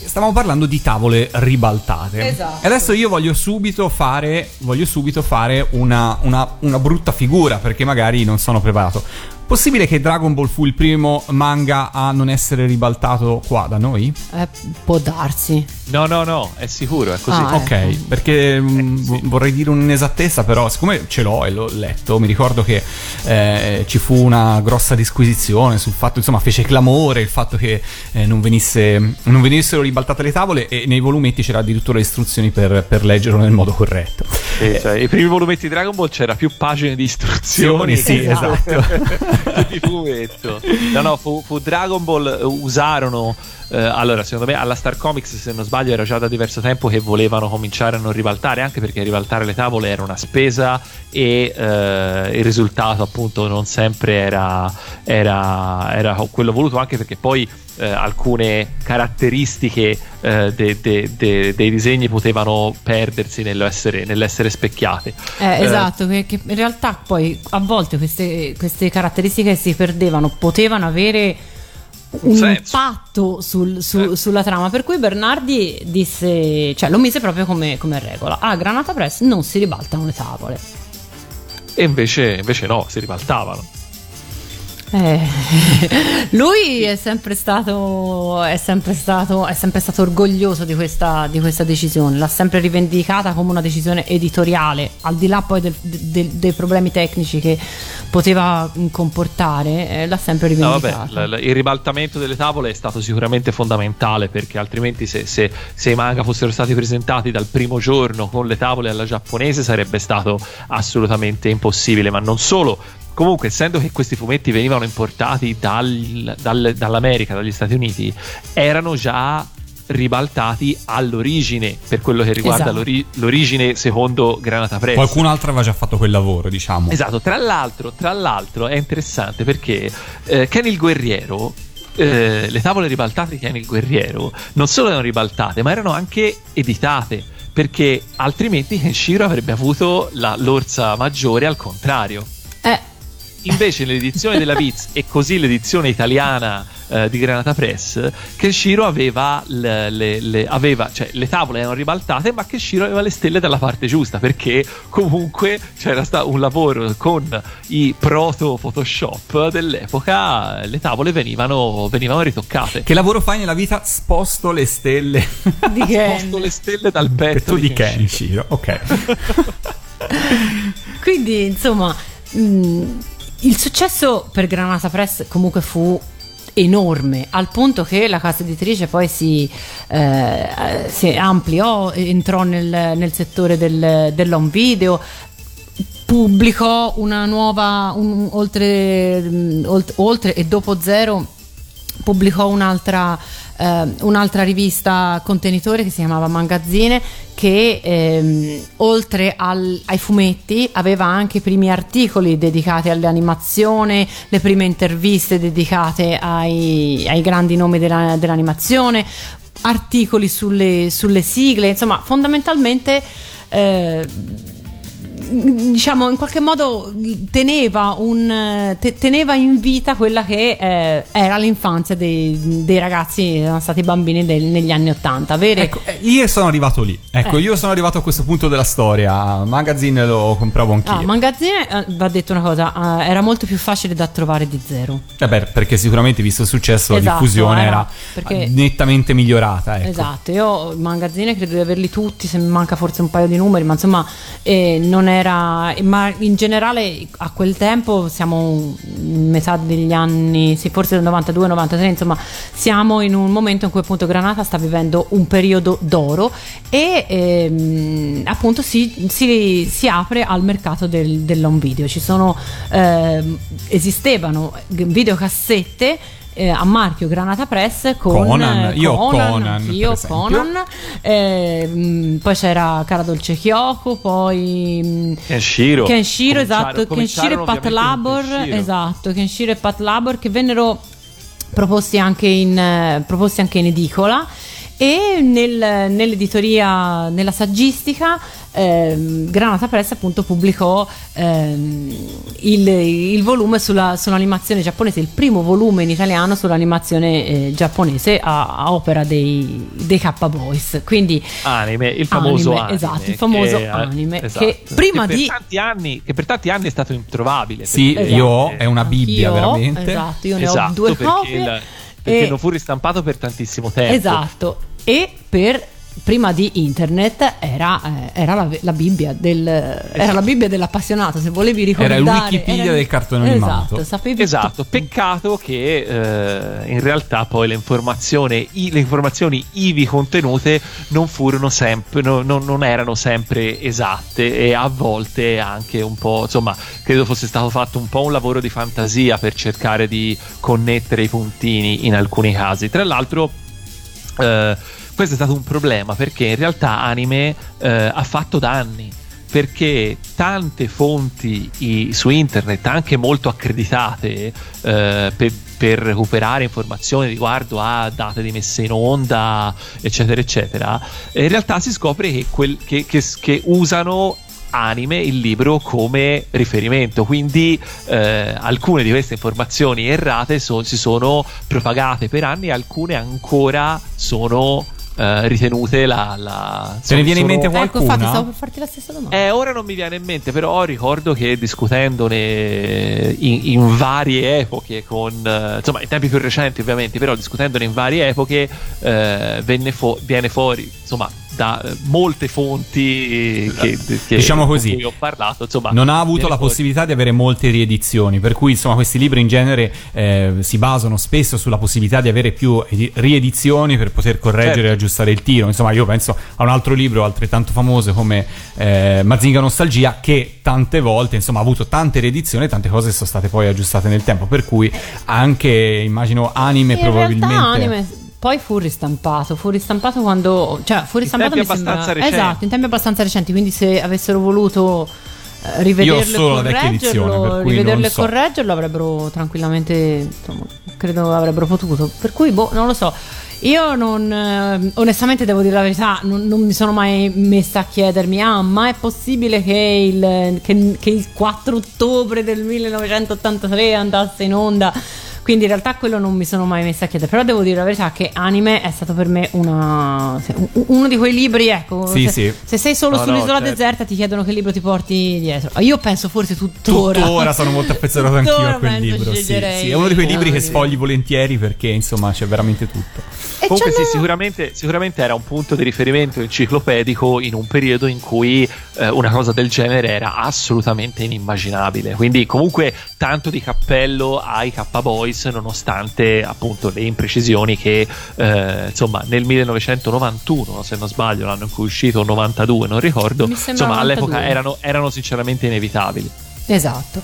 stavamo parlando di tavole ribaltate. Esatto. E adesso io voglio subito fare voglio subito fare una, una, una brutta figura, perché magari non sono preparato. Possibile che Dragon Ball fu il primo manga a non essere ribaltato qua da noi? Eh, può darsi. No, no, no, è sicuro, è così. Ah, Ok, ecco. perché mh, sì. vorrei dire un'inesattezza, però siccome ce l'ho e l'ho letto, mi ricordo che eh, ci fu una grossa disquisizione sul fatto, insomma, fece clamore il fatto che eh, non venisse non venissero ribaltate le tavole, e nei volumetti c'era addirittura istruzioni per, per leggerlo nel modo corretto. Sì, cioè, i primi volumetti di Dragon Ball c'era più pagine di istruzioni. Sì, esatto. Di fumetto. No, no, fu, fu Dragon Ball, usarono eh, allora, secondo me alla Star Comics, se non sbaglio, era già da diverso tempo che volevano cominciare a non ribaltare, anche perché ribaltare le tavole era una spesa e eh, il risultato appunto non sempre era, era, era quello voluto, anche perché poi eh, alcune caratteristiche eh, de, de, de, dei disegni potevano perdersi nell'essere, nell'essere specchiate. Eh, esatto, che, che in realtà poi a volte queste, queste caratteristiche si perdevano, potevano avere un senso. impatto sul, su, Eh. sulla trama, per cui Bernardi disse, cioè lo mise proprio come, come regola: a Granata Press non si ribaltano le tavole. E invece, invece no, si ribaltavano. Eh, lui è sempre stato è sempre stato è sempre stato orgoglioso di questa, di questa decisione, l'ha sempre rivendicata come una decisione editoriale, al di là poi del, del, dei problemi tecnici che poteva comportare, eh, l'ha sempre No, rivendicata. vabbè, l- l- il ribaltamento delle tavole è stato sicuramente fondamentale, perché altrimenti se, se, se i manga fossero stati presentati dal primo giorno con le tavole alla giapponese sarebbe stato assolutamente impossibile. Ma non solo, comunque, essendo che questi fumetti venivano importati dal, dal, dall'America, dagli Stati Uniti, erano già ribaltati all'origine, per quello che riguarda Esatto. l'ori- l'origine secondo Granata Press. Qualcun altro aveva già fatto quel lavoro, diciamo. Esatto, tra l'altro, tra l'altro è interessante perché eh, Ken il Guerriero, eh, le tavole ribaltate di Ken il Guerriero non solo erano ribaltate, ma erano anche editate, perché altrimenti Kenshiro avrebbe avuto la, l'orsa maggiore al contrario. Eh, Invece nell'edizione della Viz e così l'edizione italiana eh, di Granata Press, Kenshiro aveva le, le, le, aveva, cioè, le tavole erano ribaltate, ma Kenshiro aveva le stelle dalla parte giusta, perché comunque c'era stato un lavoro con i proto Photoshop dell'epoca, le tavole venivano, venivano ritoccate. Che lavoro fai nella vita? Sposto le stelle. di Ken. Sposto le stelle dal E petto tu di Kenshiro, ok. Quindi insomma, mh, il successo per Granata Press comunque fu enorme, al punto che la casa editrice poi si, eh, si ampliò, entrò nel, nel settore del, dell'home video, pubblicò una nuova un, oltre, mh, oltre, oltre e dopo Zero pubblicò un'altra eh, un'altra rivista contenitore che si chiamava Magazzine, che ehm, oltre al, ai fumetti aveva anche i primi articoli dedicati all'animazione, le prime interviste dedicate ai, ai grandi nomi della, dell'animazione, articoli sulle, sulle sigle, insomma fondamentalmente eh, diciamo in qualche modo teneva un te, teneva in vita quella che eh, era l'infanzia dei, dei ragazzi che erano stati bambini del, negli anni ottanta, avere Ecco, eh, io sono arrivato lì. Ecco, Eh. io sono arrivato a questo punto della storia. Magazine lo compravo anch'io. ah, Magazzine, eh, va detto una cosa, eh, era molto più facile da trovare di Zero. Eh beh, perché sicuramente visto il successo Esatto, la diffusione era- era perché- nettamente migliorata. Ecco. Esatto, io Magazzine credo di averli tutti, se mi manca forse un paio di numeri, ma insomma eh, non era, ma in generale a quel tempo siamo in metà degli anni, sì, forse del novantadue novantatré, insomma siamo in un momento in cui appunto Granata sta vivendo un periodo d'oro e ehm, appunto si, si, si apre al mercato del, dell'home video. Ci sono ehm, esistevano videocassette eh, a marchio Granata Press con Conan, eh, io ho Conan, Conan, anch'io per esempio. Conan, eh, mh, poi c'era Cara Dolce Kyoko, poi mh, Kenshiro. Kenshiro, Cominciarono- esatto, Kenshiro e cominciarono Pat ovviamente con Labor, Kenshiro. esatto, Kenshiro e Pat Labor che vennero proposti anche in, eh, proposti anche in edicola. E nel, nell'editoria, nella saggistica, ehm, Granata Press appunto pubblicò ehm, il, il volume sulla, sull'animazione giapponese, il primo volume in italiano sull'animazione eh, giapponese a, a opera dei, dei K-Boys. Quindi anime, il famoso anime, anime esatto, il famoso che, anime esatto, che prima che per di tanti anni, che per tanti anni è stato introvabile. Sì, perché- io ho, è una Bibbia Anch'io, veramente. esatto, io ne Esatto, ho due perché, copie. il- perché e- non fu ristampato per tantissimo tempo. Esatto, e per prima di internet era, eh, era la, la Bibbia del era la Bibbia dell'appassionato, se volevi ricordare Era il Wikipedia era- del cartone animato. esatto, sapevi Esatto, tutto. peccato che eh, in realtà poi le informazioni, i- le informazioni ivi contenute non furono sempre, no- no- non erano sempre esatte e a volte anche un po', insomma, credo fosse stato fatto un po' un lavoro di fantasia per cercare di connettere i puntini in alcuni casi. Tra l'altro, eh, questo è stato un problema perché in realtà Anime eh, ha fatto danni, perché tante fonti i- su internet, anche molto accreditate, eh, per, per recuperare informazioni riguardo a date di messa in onda, eccetera, eccetera, in realtà si scopre che, quel, che, che, che usano Anime, il libro, come riferimento. Quindi eh, alcune di queste informazioni errate so- si sono propagate per anni e alcune ancora sono eh, ritenute la, la Se ne viene in mente Ecco, qualcuna? infatti stavo per farti la stessa domanda. eh, ora non mi viene in mente, però ricordo che discutendone in, in varie epoche, con eh, insomma in tempi più recenti ovviamente, però discutendone in varie epoche, eh, venne fu- viene fuori, insomma, da eh, molte fonti che, che Diciamo con così, cui ho parlato, insomma, non ha avuto viene la fuori. possibilità di avere molte riedizioni, per cui insomma questi libri in genere eh, si basano spesso sulla possibilità di avere più edi- riedizioni per poter correggere Certo. e aggiustare il tiro. Insomma, io penso a un altro libro altrettanto famoso come eh, Mazinga Nostalgia, che tante volte insomma ha avuto tante riedizioni e tante cose sono state poi aggiustate nel tempo, per cui anche immagino Anime in probabilmente realtà Anime poi fu ristampato, fu ristampato quando, cioè fu ristampato tempi mi sembra, abbastanza recenti. esatto, in tempi abbastanza recenti, quindi se avessero voluto eh, rivederlo Io ho solo la e vecchia edizione, correggerlo, per cui rivederlo non e so. correggerlo avrebbero tranquillamente, insomma, credo avrebbero potuto, per cui boh, non lo so. Io non, eh, onestamente devo dire la verità, non, non mi sono mai messa a chiedermi, ah, ma è possibile che il, che, che il quattro ottobre del millenovecentottantatré andasse in onda? Quindi in realtà quello non mi sono mai messa a chiedere. Però devo dire la verità che Anime è stato per me una, se- un- uno di quei libri, ecco, Sì, se, sì. se sei solo No, sull'isola no, certo. deserta ti chiedono che libro ti porti dietro. Io penso forse tuttora tuttora sono molto affezionato anch'io Tuttora a quel penso libro. Sì, sceglierei sì, è uno di quei libri che Anime. sfogli volentieri perché insomma c'è veramente tutto. E Comunque sì, c'hanno- sicuramente, sicuramente era un punto di riferimento enciclopedico in un periodo in cui eh, una cosa del genere era assolutamente inimmaginabile. Quindi comunque tanto di cappello ai K-Boys, nonostante appunto le imprecisioni che eh, insomma nel millenovecentonovantuno, se non sbaglio, l'anno in cui è uscito, o novantadue, non ricordo, Mi sembra insomma all'epoca novantadue. erano, erano sinceramente inevitabili. Esatto.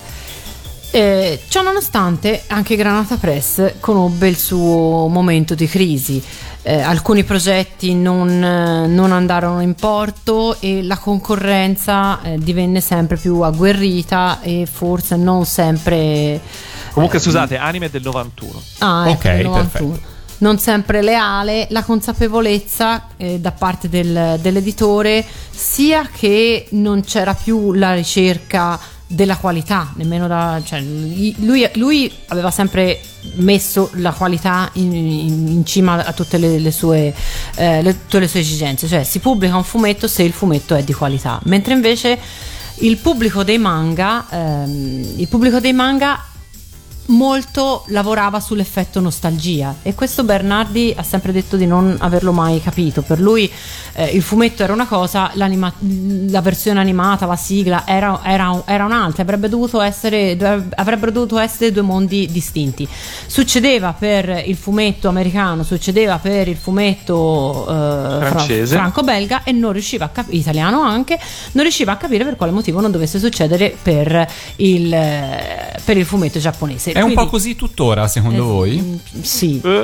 Eh, ciò nonostante, anche Granata Press conobbe il suo momento di crisi. Eh, alcuni progetti non, eh, non andarono in porto e la concorrenza eh, divenne sempre più agguerrita e forse non sempre. Comunque eh, scusate, Anime è del novantuno. Ah, ecco, Ok, del novantuno. perfetto. Non sempre leale, la consapevolezza eh, da parte del- dell'editore sia che non c'era più la ricerca della qualità, nemmeno da, cioè, lui, lui aveva sempre messo la qualità in, in- in cima a tutte le, le sue eh, le- tutte le sue esigenze, cioè si pubblica un fumetto se il fumetto è di qualità, mentre invece il pubblico dei manga ehm, il pubblico dei manga molto lavorava sull'effetto nostalgia e questo Bernardi ha sempre detto di non averlo mai capito. Per lui eh, il fumetto era una cosa, l'anima- la versione animata, la sigla era, era, era un'altra, avrebbe dovuto essere, avrebbero dovuto essere due mondi distinti. Succedeva per il fumetto americano, succedeva per il fumetto eh, fra- Francese. franco-belga e non riusciva a capire, italiano anche, non riusciva a capire per quale motivo non dovesse succedere per il, eh, per il fumetto giapponese. È un Quindi- po' così tuttora, secondo eh, voi? mm, Sì. Eh,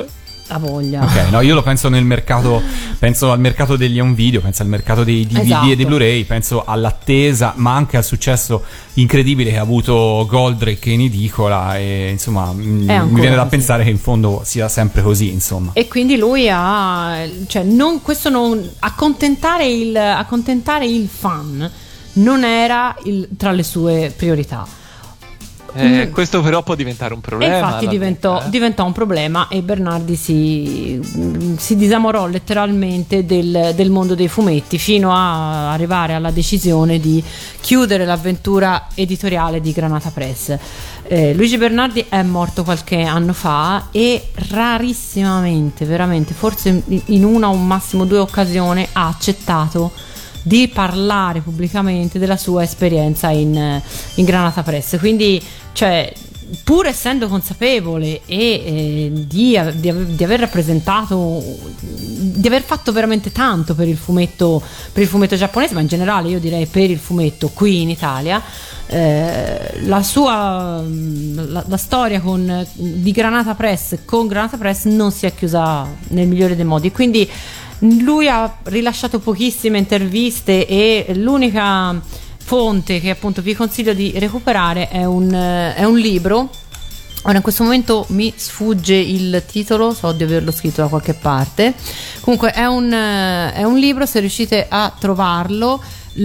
La voglia. Ok, no, io lo penso nel mercato, penso al mercato degli home video, penso al mercato dei D V D Esatto. e dei Blu-ray, penso all'attesa, ma anche al successo incredibile che ha avuto Goldrake in edicola e insomma mh, mi ancora viene da così. pensare che in fondo sia sempre così, insomma. E quindi lui ha, cioè non, questo non, accontentare il, accontentare il fan non era il, tra le sue priorità. Eh, questo però può diventare un E problema. infatti alla diventò, fine, eh. diventò un problema e Bernardi si, si disamorò letteralmente del, del mondo dei fumetti fino a arrivare alla decisione di chiudere l'avventura editoriale di Granata Press. Eh, Luigi Bernardi è morto qualche anno fa e rarissimamente, veramente, forse in una o massimo due occasioni ha accettato di parlare pubblicamente della sua esperienza in, in Granata Press. Quindi, cioè, pur essendo consapevole e eh, di, di, di aver rappresentato, di aver fatto veramente tanto per il fumetto, per il fumetto giapponese, ma in generale io direi per il fumetto qui in Italia, eh, la sua la, la storia con, di Granata Press con Granata Press non si è chiusa nel migliore dei modi. Quindi lui ha rilasciato pochissime interviste e l'unica fonte che appunto vi consiglio di recuperare è un, è un libro. Ora in questo momento mi sfugge il titolo, so di averlo scritto da qualche parte. Comunque è un, è un libro, se riuscite a trovarlo,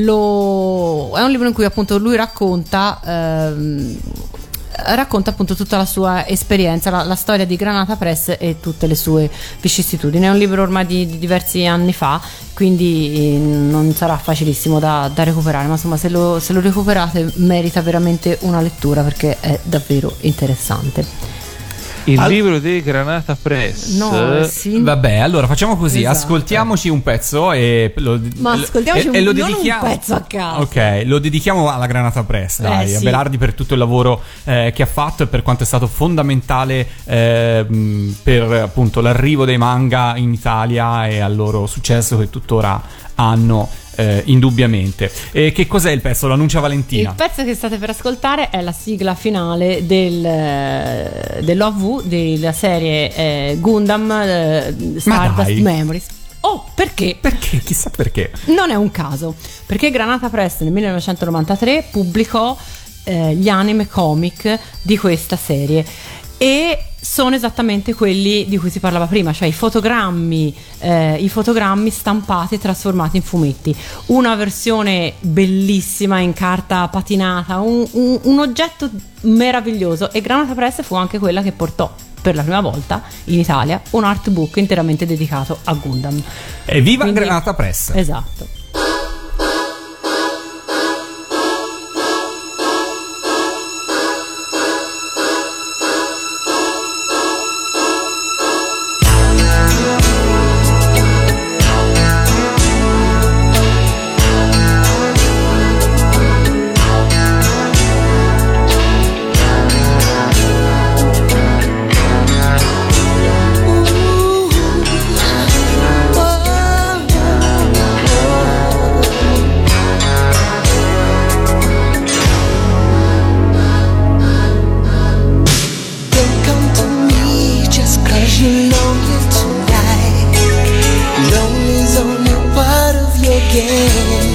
lo, è un libro in cui appunto lui racconta ehm, racconta appunto tutta la sua esperienza, la, la storia di Granata Press e tutte le sue vicissitudini. È un libro ormai di, di diversi anni fa, quindi non sarà facilissimo da, da recuperare, ma insomma se lo, se lo recuperate merita veramente una lettura perché è davvero interessante. Il Al- libro di Granata Press. No, sì. Vabbè, allora facciamo così, Esatto. ascoltiamoci un pezzo e lo, Ma ascoltiamoci e, un- e lo non un dedichiamo, pezzo a caso. Ok, lo dedichiamo alla Granata Press, dai, Eh, a sì. Belardi per tutto il lavoro eh, che ha fatto e per quanto è stato fondamentale eh, mh, per appunto l'arrivo dei manga in Italia e al loro successo che tuttora hanno. Eh, indubbiamente. E che cos'è il pezzo? Lo annuncia Valentina. Il pezzo che state per ascoltare è la sigla finale del, eh, dell'O V della serie eh, Gundam eh, Stardust dai. Memories. Oh, perché? Perché? Chissà perché. Non è un caso, perché Granata Press nel millenovecentonovantatré pubblicò eh, gli anime comic di questa serie e sono esattamente quelli di cui si parlava prima, cioè i fotogrammi, eh, i fotogrammi stampati e trasformati in fumetti. Una versione bellissima in carta patinata, un, un, un oggetto meraviglioso, e Granata Press fu anche quella che portò per la prima volta in Italia un artbook interamente dedicato a Gundam. Evviva Quindi- Granata Press. Esatto. Don't come to me just cause you're lonely tonight. Lonely's only part of your game.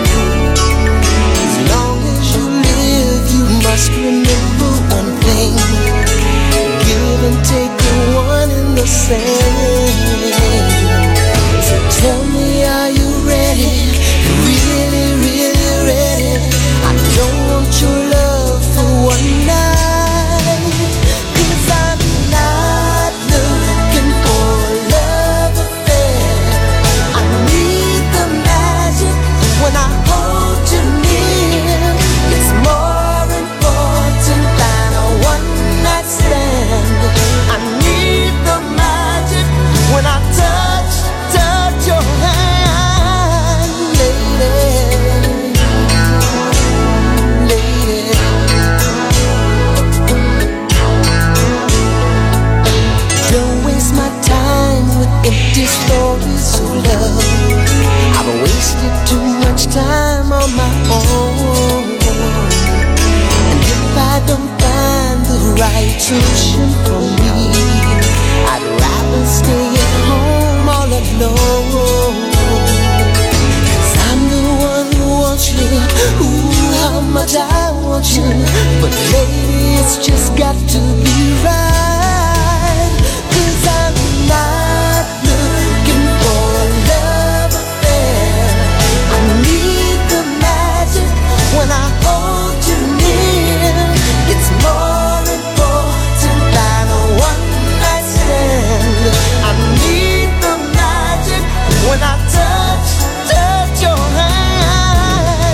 As long as you live, you must remember one thing. Give and take are one and the same. So tell me, are you ready? Really, really ready? I don't want your love for one night. Cause I'm not looking for a love affair. I need the magic when I hold you near. It's more important than a one night stand. I need the magic when I touch, touch your hand, lady, lady. Don't waste my time with empty stories of love. I've wasted too much time on my own. And if I don't find the right solution for me, I'd rather wanna stay at home all alone. 'Cause I'm the one who wants you. Ooh, how much I want you. But lately it's just got to be right. 'Cause I'm not looking for a love affair. I need the magic when I hold you near. It's more important than a one night stand. I need the magic when I touch, touch your hand.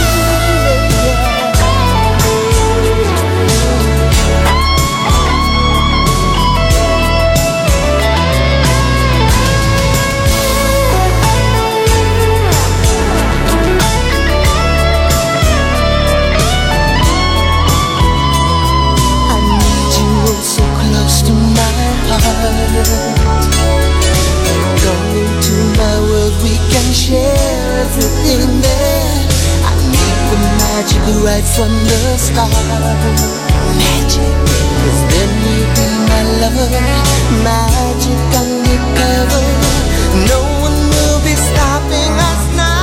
I need you so close to my heart. Come into my world, we can share everything there. I need the magic right from the start. Magic, 'cause then you be my lover. Magic undercover. No one will be stopping us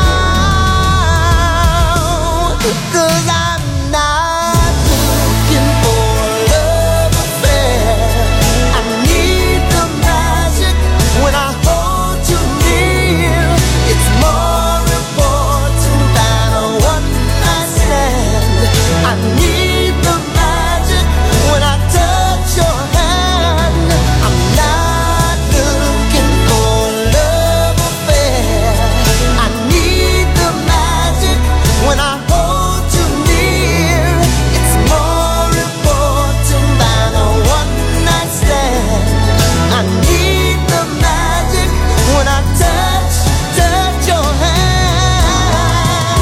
now. 'Cause I'm not looking for a love affair. I need the magic when I hold you near. It's more important than a one night stand. I need the magic when I touch your hand. I'm not looking for a love affair. I need the magic when I hold you near. It's more important than a one night stand. I need the magic when I touch, touch your hand.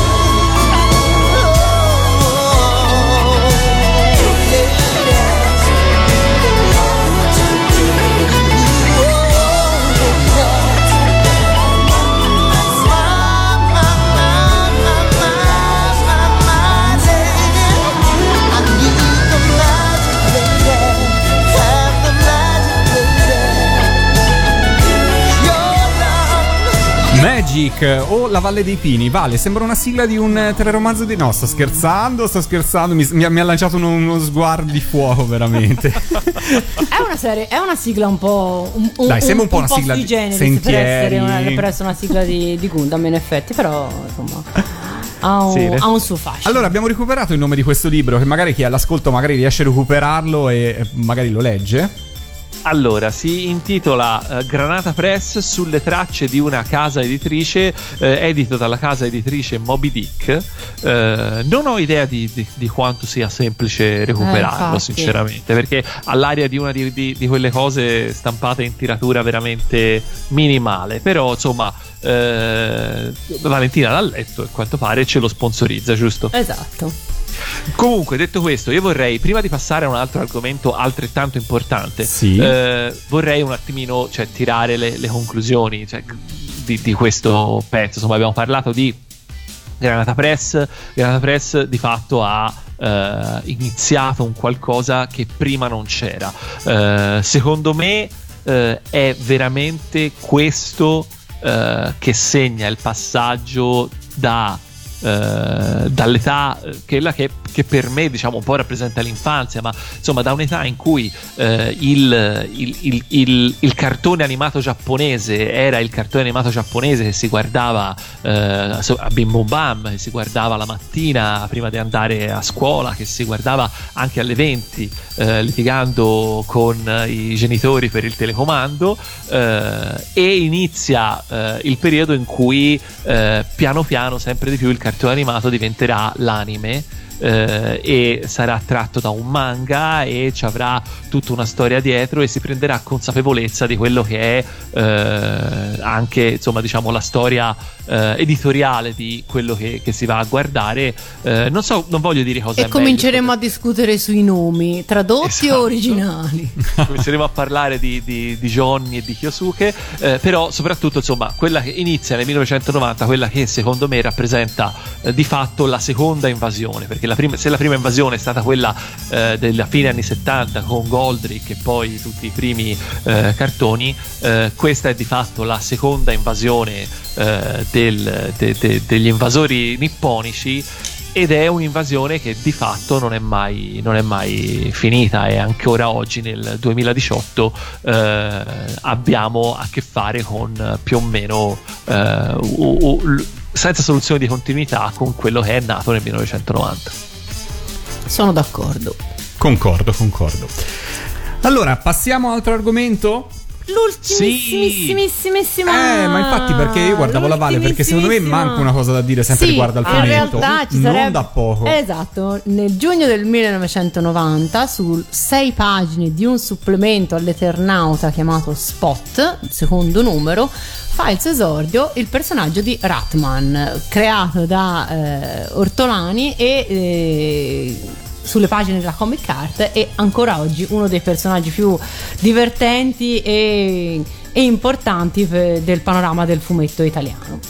Magic o La Valle dei Pini. Vale, sembra una sigla di un teleromanzo di... No, sto scherzando, sto scherzando. Mi, mi, ha, mi ha lanciato uno, uno sguardo di fuoco, veramente. È una serie, è una sigla un po'. Un, un, Dai, sembra un po' una sigla sui di generis Sentieri. per essere una, per essere una sigla di, di Gundam, in effetti, però insomma ha un, Sì, ha un suo fascino. Allora, abbiamo recuperato il nome di questo libro, che magari chi è all'ascolto magari riesce a recuperarlo e magari lo legge. Allora, si intitola uh, Granata Press, sulle tracce di una casa editrice, eh, edito dalla casa editrice Moby Dick. Eh, non ho idea di, di, di quanto sia semplice recuperarlo, eh, sinceramente, perché ha l'aria di una di, di, di quelle cose stampate in tiratura veramente minimale. Però, insomma, eh, Valentina l'ha letto e a quanto pare ce lo sponsorizza, giusto? Esatto. Comunque, detto questo, io vorrei, prima di passare a un altro argomento altrettanto importante, sì. eh, vorrei un attimino, cioè, tirare le, le conclusioni, cioè, di, di questo pezzo. Insomma, abbiamo parlato di Granata Press. Granata Press di fatto ha eh, iniziato un qualcosa che prima non c'era. Eh, secondo me eh, è veramente questo eh, che segna il passaggio da Uh, dall'età uh, quella che, che per me, diciamo, un po' rappresenta l'infanzia, ma insomma da un'età in cui uh, il, il, il, il, il cartone animato giapponese era il cartone animato giapponese che si guardava uh, a Bim Bum Bam, che si guardava la mattina prima di andare a scuola, che si guardava anche alle venti uh, litigando con uh, i genitori per il telecomando, uh, e inizia uh, il periodo in cui uh, piano piano sempre di più il cartone animato diventerà l'anime, eh, e sarà tratto da un manga e ci avrà tutta una storia dietro e si prenderà consapevolezza di quello che è eh, anche, insomma, diciamo, la storia eh, editoriale di quello che, che si va a guardare. Eh, non so, non voglio dire cosa e è cominceremo meglio, a discutere sui nomi tradotti, esatto, o originali. Cominceremo a parlare di, di, di Johnny e di Kyosuke, eh, però soprattutto, insomma, quella che inizia nel millenovecentonovanta, quella che secondo me rappresenta eh, di fatto la seconda invasione, perché la prima, se la prima invasione è stata quella eh, della fine anni settanta con Goldrick e poi tutti i primi eh, cartoni, eh, questa è di fatto la seconda invasione eh, del, de, de, degli invasori nipponici, ed è un'invasione che di fatto non è mai, non è mai finita, e ancora oggi nel duemiladiciotto eh, abbiamo a che fare con più o meno eh, u, u, senza soluzione di continuità con quello che è nato nel millenovecentonovanta. Sono d'accordo. Concordo, concordo. Allora, passiamo a altro argomento? L'ultimissimissima. Eh, ma infatti, perché io guardavo la Vale, perché secondo me manca una cosa da dire sempre sì, riguardo al in fumetto, realtà ci non sarebbe, da poco. Esatto, nel giugno del millenovecentonovanta, su sei pagine di un supplemento all'Eternauta chiamato Spot, il secondo numero, fa il suo esordio il personaggio di Ratman, creato da eh, Ortolani e eh, sulle pagine della Comic Art, e ancora oggi uno dei personaggi più divertenti e, e importanti per, del panorama del fumetto italiano.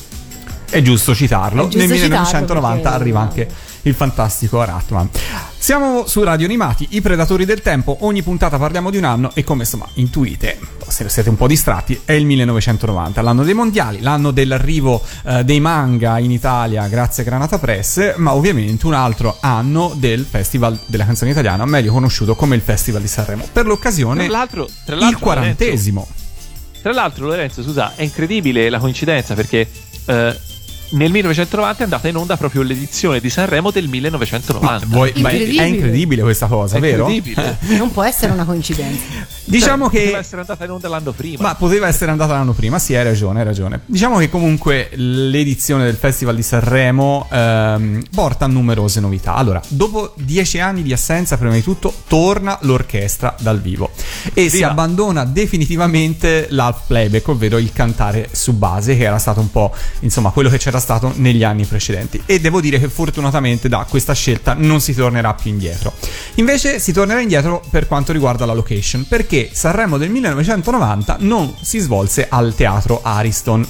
È giusto citarlo. È giusto Nel millenovecentonovanta citarlo perché... arriva anche il fantastico Ratman. Siamo su Radio Animati, i Predatori del Tempo. Ogni puntata parliamo di un anno e, come insomma intuite, se siete un po' distratti, è il millenovecentonovanta, l'anno dei mondiali, l'anno dell'arrivo eh, dei manga in Italia grazie a Granata Press, ma ovviamente un altro anno del Festival della Canzone Italiana, meglio conosciuto come il Festival di Sanremo. Per l'occasione tra l'altro, tra l'altro, il quarantesimo. Lorenzo, tra l'altro Lorenzo, scusa, è incredibile la coincidenza, perché eh, nel millenovecentonovanta è andata in onda proprio l'edizione di Sanremo del millenovecentonovanta. Ma, voi, ma è, Incredibile. è incredibile questa cosa, È vero? incredibile. Non può essere una coincidenza. Diciamo Cioè, che poteva essere andata in onda l'anno prima. Ma poteva essere andata l'anno prima, sì, hai ragione, hai ragione. Diciamo che comunque l'edizione del Festival di Sanremo ehm, porta numerose novità. Allora, dopo dieci anni di assenza, prima di tutto, torna l'orchestra dal vivo e Via. si abbandona definitivamente l'half playback, ovvero il cantare su base, che era stato un po', insomma, quello che c'era stato negli anni precedenti. E devo dire che fortunatamente da questa scelta non si tornerà più indietro. Invece si tornerà indietro per quanto riguarda la location, perché Sanremo del millenovecentonovanta non si svolse al teatro Ariston,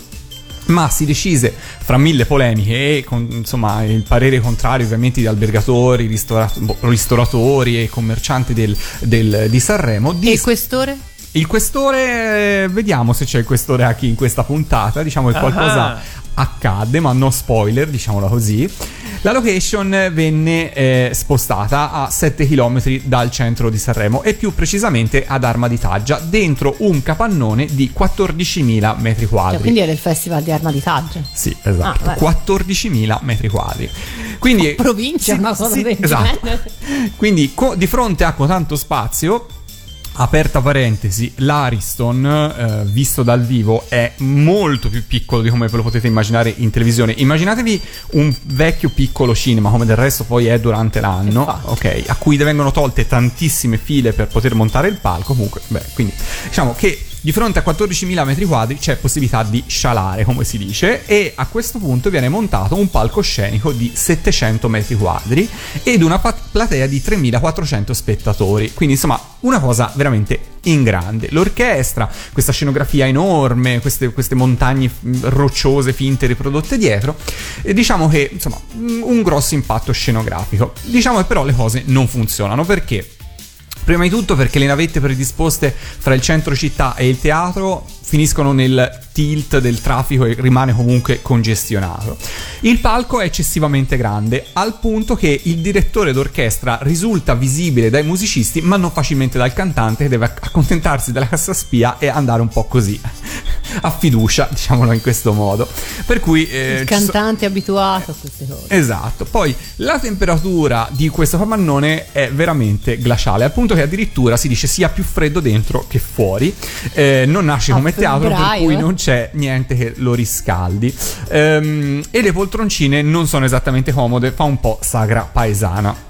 ma si decise, fra mille polemiche e con, insomma, il parere contrario ovviamente di albergatori, ristora- ristoratori e commercianti del, del, di Sanremo, di E il questore? Il questore, eh, vediamo se c'è il questore anche in questa puntata. Diciamo che qualcosa Ah. accadde, ma no spoiler, diciamola così. La location venne eh, spostata a sette chilometri dal centro di Sanremo, e più precisamente ad Arma di Taggia, dentro un capannone di quattordicimila metri quadri. Cioè, quindi era il festival di Arma di Taggia. Sì, esatto, Ah, beh. quattordicimila metri quadri. Quindi Provincia, una cosa del esatto. genere. Quindi co- di fronte a tanto spazio, aperta parentesi, l'Ariston eh, visto dal vivo è molto più piccolo di come ve lo potete immaginare in televisione. Immaginatevi un vecchio piccolo cinema, come del resto poi è durante l'anno, Infatti. ok, a cui vengono tolte tantissime file per poter montare il palco. Comunque, beh, quindi diciamo che di fronte a quattordicimila metri quadri c'è possibilità di scialare, come si dice, e a questo punto viene montato un palcoscenico di settecento metri quadri ed una pat- platea di tremilaquattrocento spettatori. Quindi insomma una cosa veramente in grande. L'orchestra, questa scenografia enorme, queste, queste montagne rocciose finte riprodotte dietro, e diciamo che insomma un grosso impatto scenografico. Diciamo che però le cose non funzionano, perché prima di tutto perché le navette predisposte fra il centro città e il teatro finiscono nel tilt del traffico e rimane comunque congestionato. Il palco è eccessivamente grande, al punto che il direttore d'orchestra risulta visibile dai musicisti ma non facilmente dal cantante, che deve accontentarsi della cassaspia e andare un po' così a fiducia, diciamolo in questo modo. Per cui eh, Il ci so- cantante è abituato a queste cose. Esatto. Poi la temperatura di questo capannone è veramente glaciale, al punto che addirittura si dice sia più freddo dentro che fuori. Eh, non nasce A come teatro, per febbraio, cui eh. non c'è niente che lo riscaldi. Ehm, e le poltroncine non sono esattamente comode, fa un po' sagra paesana.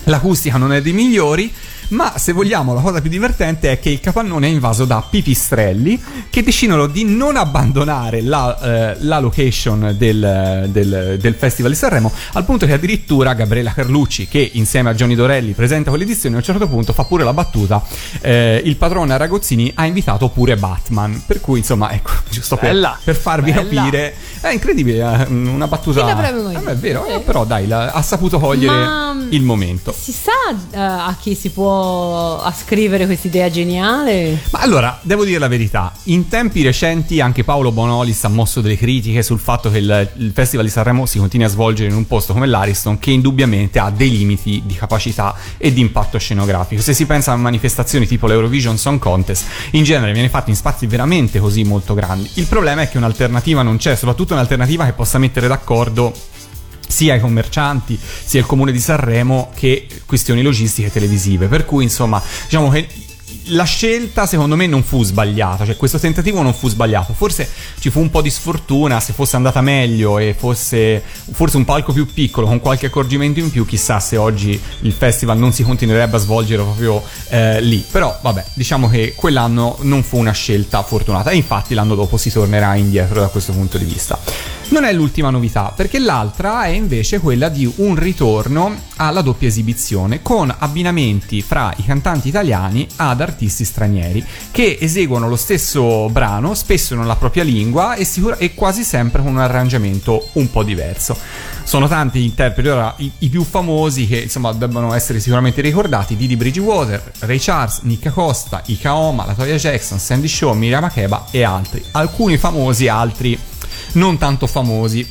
l'acustica non è dei migliori, ma se vogliamo la cosa più divertente è che il capannone è invaso da pipistrelli che decidono di non abbandonare la, eh, la location del, del, del Festival di Sanremo, al punto che addirittura Gabriella Carlucci, che insieme a Johnny Dorelli presenta quell'edizione, a un certo punto fa pure la battuta eh, il padrone Aragozzini ha invitato pure Batman, per cui insomma ecco, giusto per, per farvi bella. capire, è incredibile, una battuta eh, è vero, eh, però dai, la, ha saputo cogliere ma il momento. Si sa uh, a chi si può a scrivere quest'idea geniale? Ma allora, devo dire la verità, in tempi recenti anche Paolo Bonolis ha mosso delle critiche sul fatto che il, il Festival di Sanremo si continui a svolgere in un posto come l'Ariston, che indubbiamente ha dei limiti di capacità e di impatto scenografico. Se si pensa a manifestazioni tipo l'Eurovision Song Contest, in genere viene fatto in spazi veramente così molto grandi. Il problema è che un'alternativa non c'è, soprattutto un'alternativa che possa mettere d'accordo sia i commercianti sia il comune di Sanremo che questioni logistiche televisive, per cui insomma diciamo che la scelta secondo me non fu sbagliata, cioè questo tentativo non fu sbagliato, forse ci fu un po' di sfortuna, se fosse andata meglio e fosse forse un palco più piccolo con qualche accorgimento in più, chissà se oggi il festival non si continuerebbe a svolgere proprio eh, lì, però vabbè, diciamo che quell'anno non fu una scelta fortunata e infatti l'anno dopo si tornerà indietro da questo punto di vista. Non è l'ultima novità, perché l'altra è invece quella di un ritorno alla doppia esibizione con abbinamenti fra i cantanti italiani ad artisti stranieri che eseguono lo stesso brano, spesso nella propria lingua e, sicura- e quasi sempre con un arrangiamento un po' diverso. Sono tanti gli interpreti, ora i, i più famosi che insomma debbano essere sicuramente ricordati: Didi Bridgewater, Ray Charles, Nick Acosta, Ika Oma, Latoya Jackson, Sandy Shaw, Miriam Makeba e altri. Alcuni famosi, altri non tanto famosi.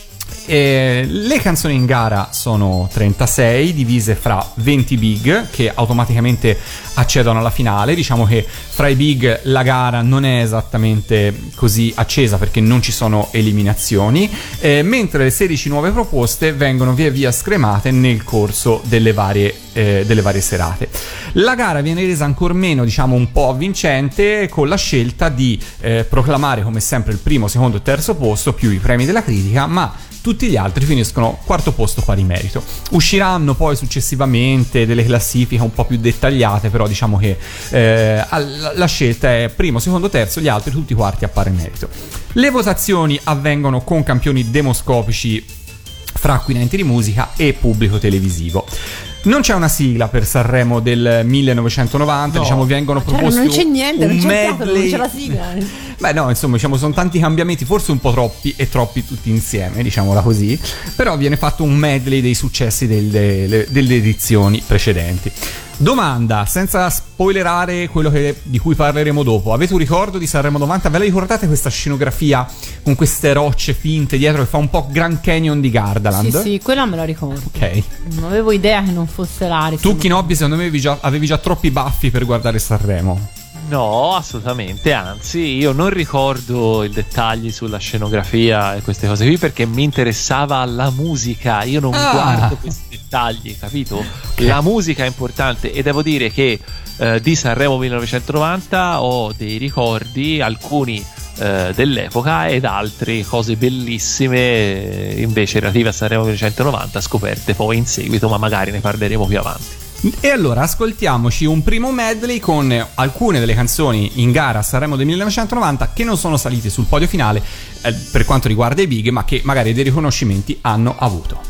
E le canzoni in gara sono trentasei, divise fra venti big che automaticamente accedono alla finale. Diciamo che fra i big la gara non è esattamente così accesa perché non ci sono eliminazioni, eh, mentre le sedici nuove proposte vengono via via scremate nel corso delle varie, eh, delle varie serate. La gara viene resa ancor meno, diciamo, un po' avvincente con la scelta di eh, proclamare come sempre il primo, secondo e terzo posto più i premi della critica, ma tutti gli altri finiscono quarto posto pari merito. Usciranno poi successivamente delle classifiche un po' più dettagliate, però diciamo che eh, la scelta è primo, secondo, terzo, gli altri tutti quarti a pari merito. Le votazioni avvengono con campioni demoscopici fra acquirenti di musica e pubblico televisivo. Non c'è una sigla per Sanremo del millenovecentonovanta, no. Diciamo vengono cioè, proposti non c'è niente, un non c'è medley. teatro, non c'è la sigla. Beh no, insomma, diciamo sono tanti cambiamenti, forse un po' troppi e troppi tutti insieme, diciamola così, però viene fatto un medley dei successi delle, delle edizioni precedenti. Domanda, senza spoilerare quello che, di cui parleremo dopo: avete un ricordo di Sanremo novanta? Ve la ricordate questa scenografia con queste rocce finte dietro che fa un po' Grand Canyon di Gardaland? Sì, sì, quella me la ricordo. Ok. Non avevo idea che non fosse l'Ariston. Tu, Kinobbi, secondo me avevi già, avevi già troppi baffi per guardare Sanremo. No, assolutamente, anzi io non ricordo i dettagli sulla scenografia e queste cose qui perché mi interessava la musica, io non ah. guardo questi dettagli, capito? Okay. La musica è importante e devo dire che eh, di Sanremo millenovecentonovanta ho dei ricordi, alcuni eh, dell'epoca ed altri cose bellissime eh, invece relative a Sanremo millenovecentonovanta scoperte poi in seguito, ma magari ne parleremo più avanti. E allora ascoltiamoci un primo medley con alcune delle canzoni in gara a Sanremo del millenovecentonovanta che non sono salite sul podio finale eh, per quanto riguarda i big, ma che magari dei riconoscimenti hanno avuto.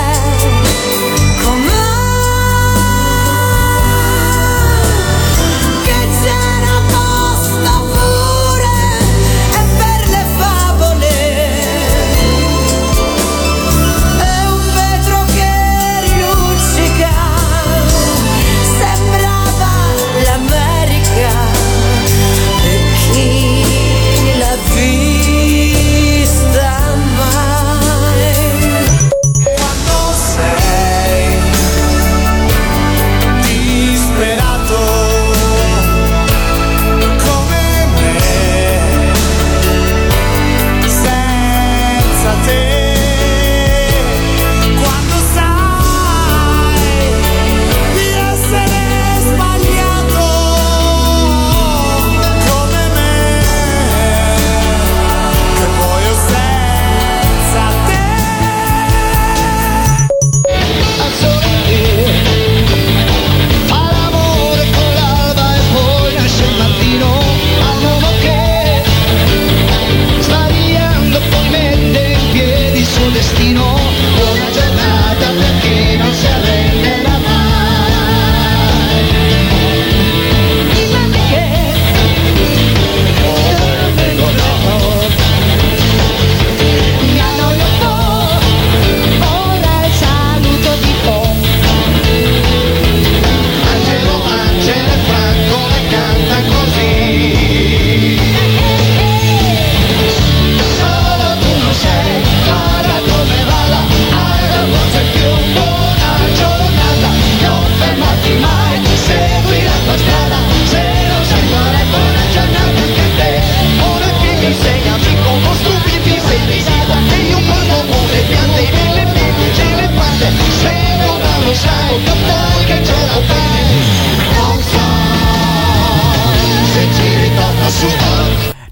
Com'è, com'è, com'è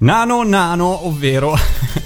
Nano Nano, ovvero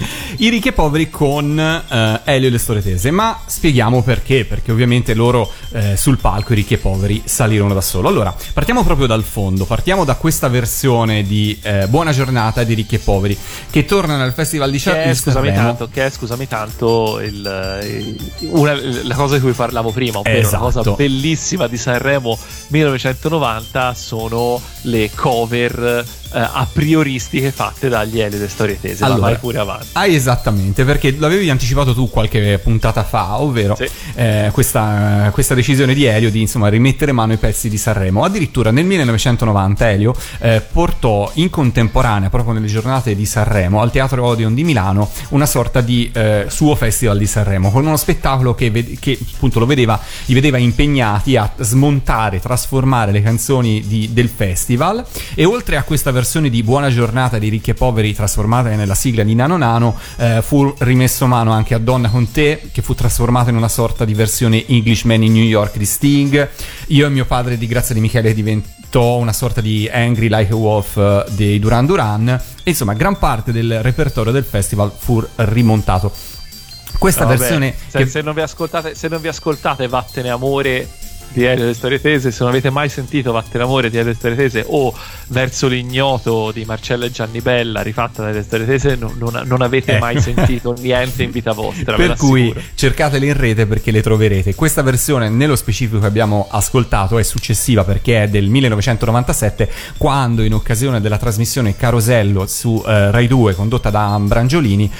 i ricchi e poveri con eh, Elio e le storie tese. Ma spieghiamo perché, perché ovviamente loro eh, sul palco, i ricchi e poveri, salirono da solo. Allora, partiamo proprio dal fondo, partiamo da questa versione di eh, Buona giornata di Ricchi e Poveri, che tornano al Festival di Sanremo. Che è, scusami tanto, che è, scusami tanto, il, il, una, la cosa di cui parlavo prima, ovvero esatto. Una cosa bellissima di Sanremo millenovecentonovanta sono le cover eh, a prioristiche fatte dagli Elio e le storie tese. Allora, vai pure avanti. Ah, esattamente, perché l'avevi anticipato tu qualche puntata fa, ovvero sì. eh, questa, questa decisione di Elio di insomma rimettere mano ai pezzi di Sanremo. Addirittura nel millenovecentonovanta Elio eh, portò in contemporanea, proprio nelle giornate di Sanremo, al Teatro Odeon di Milano una sorta di eh, suo Festival di Sanremo, con uno spettacolo che, ved- che appunto lo vedeva, li vedeva impegnati a smontare, trasformare le canzoni di, del festival. E oltre a questa versione di Buona giornata di Ricchi e Poveri trasformata nella sigla di Nano Nano, eh, fu rimesso mano anche a Donna con te, che fu trasformata in una sorta di versione Englishman in New York di Sting. Io e mio padre di Grazia Di Michele diventò una sorta di Angry Like a Wolf uh, dei Duran Duran. E insomma, gran parte del repertorio del festival fu rimontato. Questa no, versione se, che... se non vi ascoltate, se non vi ascoltate Vattene amore di Elio e le storie tese, se non avete mai sentito Vattene amore di Elio e le storie tese o Verso l'ignoto di Marcello e Gianni Bella rifatta dalle storie tese, non, non, non avete eh. mai sentito niente in vita vostra. Per cui cercatele in rete perché le troverete. Questa versione nello specifico che abbiamo ascoltato è successiva, perché è del millenovecentonovantasette, quando in occasione della trasmissione Carosello su eh, Rai due condotta da Brangiolini,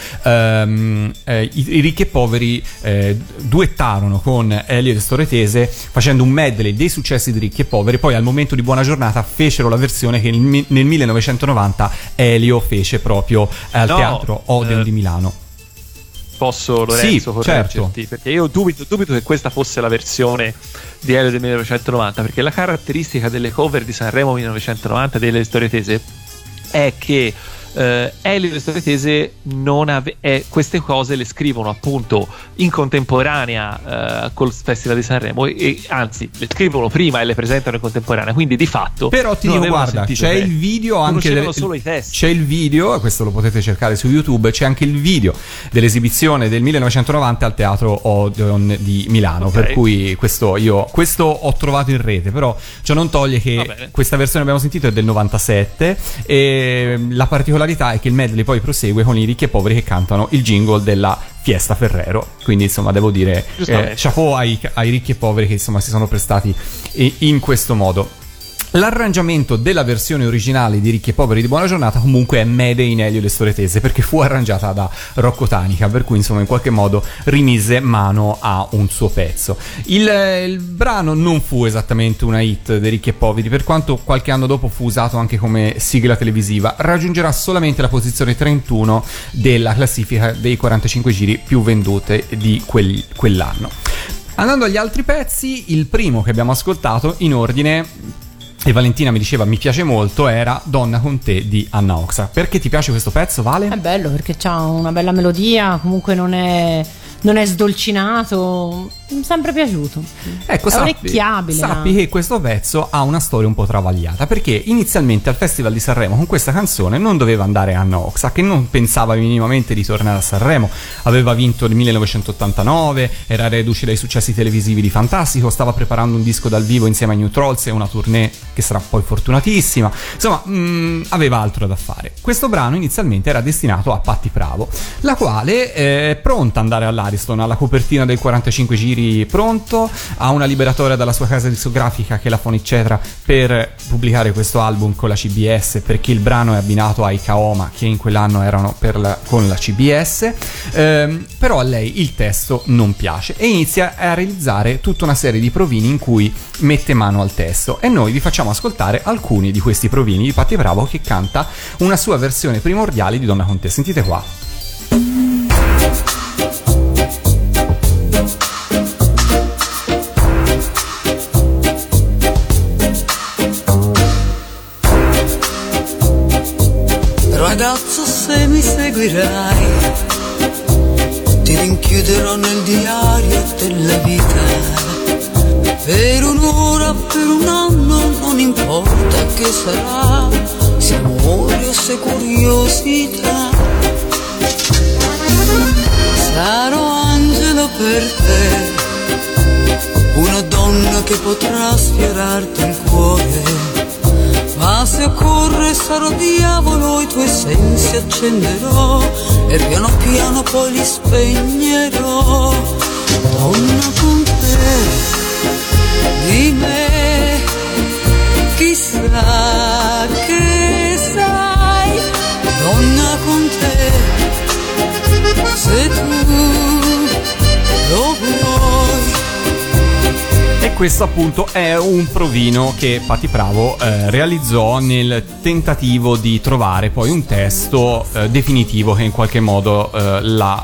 ehm, eh, i, i ricchi e poveri eh, duettarono con Elio e le storie tese facendo un medley dei successi di Ricchi e Poveri. Poi al momento di Buona giornata fecero la versione che nel, nel millenovecentonovanta Elio fece proprio al no, Teatro Odeon eh, di Milano. Posso, Lorenzo, sì, correggerti? certo. Perché io dubito, dubito che questa fosse la versione di Elio del millenovecentonovanta, perché la caratteristica delle cover di Sanremo millenovecentonovanta delle storie tese è che Uh, Elio e le storie tese non ave- eh, queste cose le scrivono appunto in contemporanea uh, col Festival di Sanremo e, e anzi le scrivono prima e le presentano in contemporanea, quindi di fatto però ti dico, guarda, c'è il video anche delle, solo i testi. C'è il video, questo lo potete cercare su YouTube, c'è anche il video dell'esibizione del millenovecentonovanta al Teatro Odeon di Milano, okay. Per cui questo io questo ho trovato in rete, però ciò non toglie che questa versione che abbiamo sentito è del novantasette e la particolarità è che il medley poi prosegue con i ricchi e poveri che cantano il jingle della Fiesta Ferrero. Quindi insomma devo dire eh, chapeau ai, ai ricchi e poveri che insomma si sono prestati in questo modo. L'arrangiamento della versione originale di Ricchi e Poveri di Buona giornata comunque è made in Elio e le storie tese, perché fu arrangiata da Rocco Tanica, per cui insomma in qualche modo rimise mano a un suo pezzo. Il, il brano non fu esattamente una hit dei Ricchi e Poveri, per quanto qualche anno dopo fu usato anche come sigla televisiva. Raggiungerà solamente la posizione trentuno della classifica dei quarantacinque giri più vendute di quel, quell'anno. Andando agli altri pezzi, il primo che abbiamo ascoltato in ordine, e Valentina mi diceva mi piace molto, era Donna con te di Anna Oxa. Perché ti piace questo pezzo, Vale? È bello perché c'ha una bella melodia, comunque non è non è sdolcinato, mi è sempre piaciuto. Ecco, è sappi, orecchiabile. Sappi che questo pezzo ha una storia un po' travagliata, perché inizialmente al Festival di Sanremo con questa canzone non doveva andare Anna Oxa, che non pensava minimamente di tornare a Sanremo. Aveva vinto nel millenovecentottantanove, era reduce dai successi televisivi di Fantastico, stava preparando un disco dal vivo insieme ai New Trolls e una tournée che sarà poi fortunatissima. Insomma, mh, aveva altro da fare. Questo brano inizialmente era destinato a Patti Pravo, la quale è pronta ad andare all'Ariston, alla copertina del quarantacinque giri pronto, ha una liberatoria dalla sua casa discografica che è la Foniccetra per pubblicare questo album con la C B S, perché il brano è abbinato ai Kaoma che in quell'anno erano per la, con la C B S. Ehm, però a lei il testo non piace e inizia a realizzare tutta una serie di provini in cui mette mano al testo, e noi vi facciamo ascoltare alcuni di questi provini di Patti Pravo, che canta una sua versione primordiale di Donna con te. Sentite qua. Ragazzo, se mi seguirai, ti rinchiuderò nel diario della vita. Per un'ora, per un anno, non importa che sarà. Siamo amore o se curiosità. Sarò angelo per te, una donna che potrà sfiorarti il cuore, ma se occorre sarò diavolo, i tuoi sensi accenderò e piano piano poi li spegnerò. Donna con te, di me, chissà che sai. Donna con te, se tu lo vuoi. E questo appunto è un provino che Patti Pravo eh, realizzò nel tentativo di trovare poi un testo eh, definitivo che in qualche modo eh,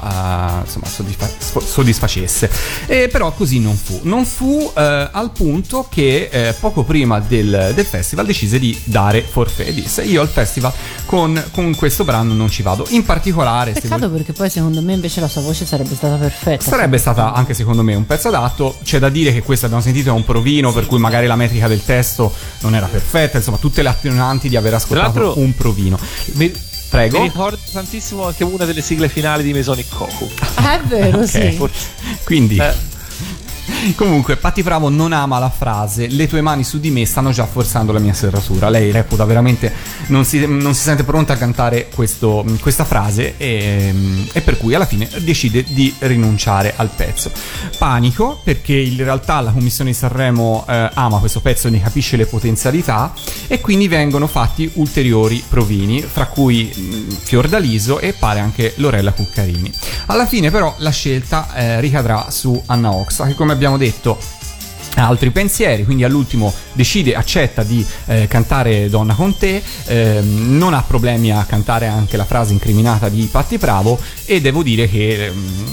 la eh, insomma, soddisfa- soddisfacesse. E però così non fu. Non fu eh, al punto che eh, poco prima del, del festival decise di dare forfait. Disse: io al festival con, con questo brano non ci vado. In particolare, peccato, perché poi secondo me invece la sua voce sarebbe stata perfetta. Sarebbe stata anche secondo me un pezzo adatto. C'è da dire che questo abbiamo sentito è un provino, per cui magari la metrica del testo non era perfetta, insomma tutte le attenuanti di aver ascoltato un provino. Mi, prego. Mi ricordo tantissimo anche una delle sigle finali di Mesonic Koku. Ah, è vero, okay. Sì. Quindi eh. Comunque Patti Pravo non ama la frase "le tue mani su di me stanno già forzando la mia serratura". Lei reputa veramente non si, non si sente pronta a cantare questo, questa frase e, e per cui alla fine decide di rinunciare al pezzo. Panico, perché in realtà la commissione di Sanremo eh, ama questo pezzo e ne capisce le potenzialità, e quindi vengono fatti ulteriori provini, fra cui mh, Fiordaliso e pare anche Lorella Cuccarini. Alla fine però la scelta eh, ricadrà su Anna Oxa, che come abbiamo detto ha altri pensieri, quindi all'ultimo decide, accetta di eh, cantare Donna con te, eh, non ha problemi a cantare anche la frase incriminata di Patti Pravo, e devo dire che eh,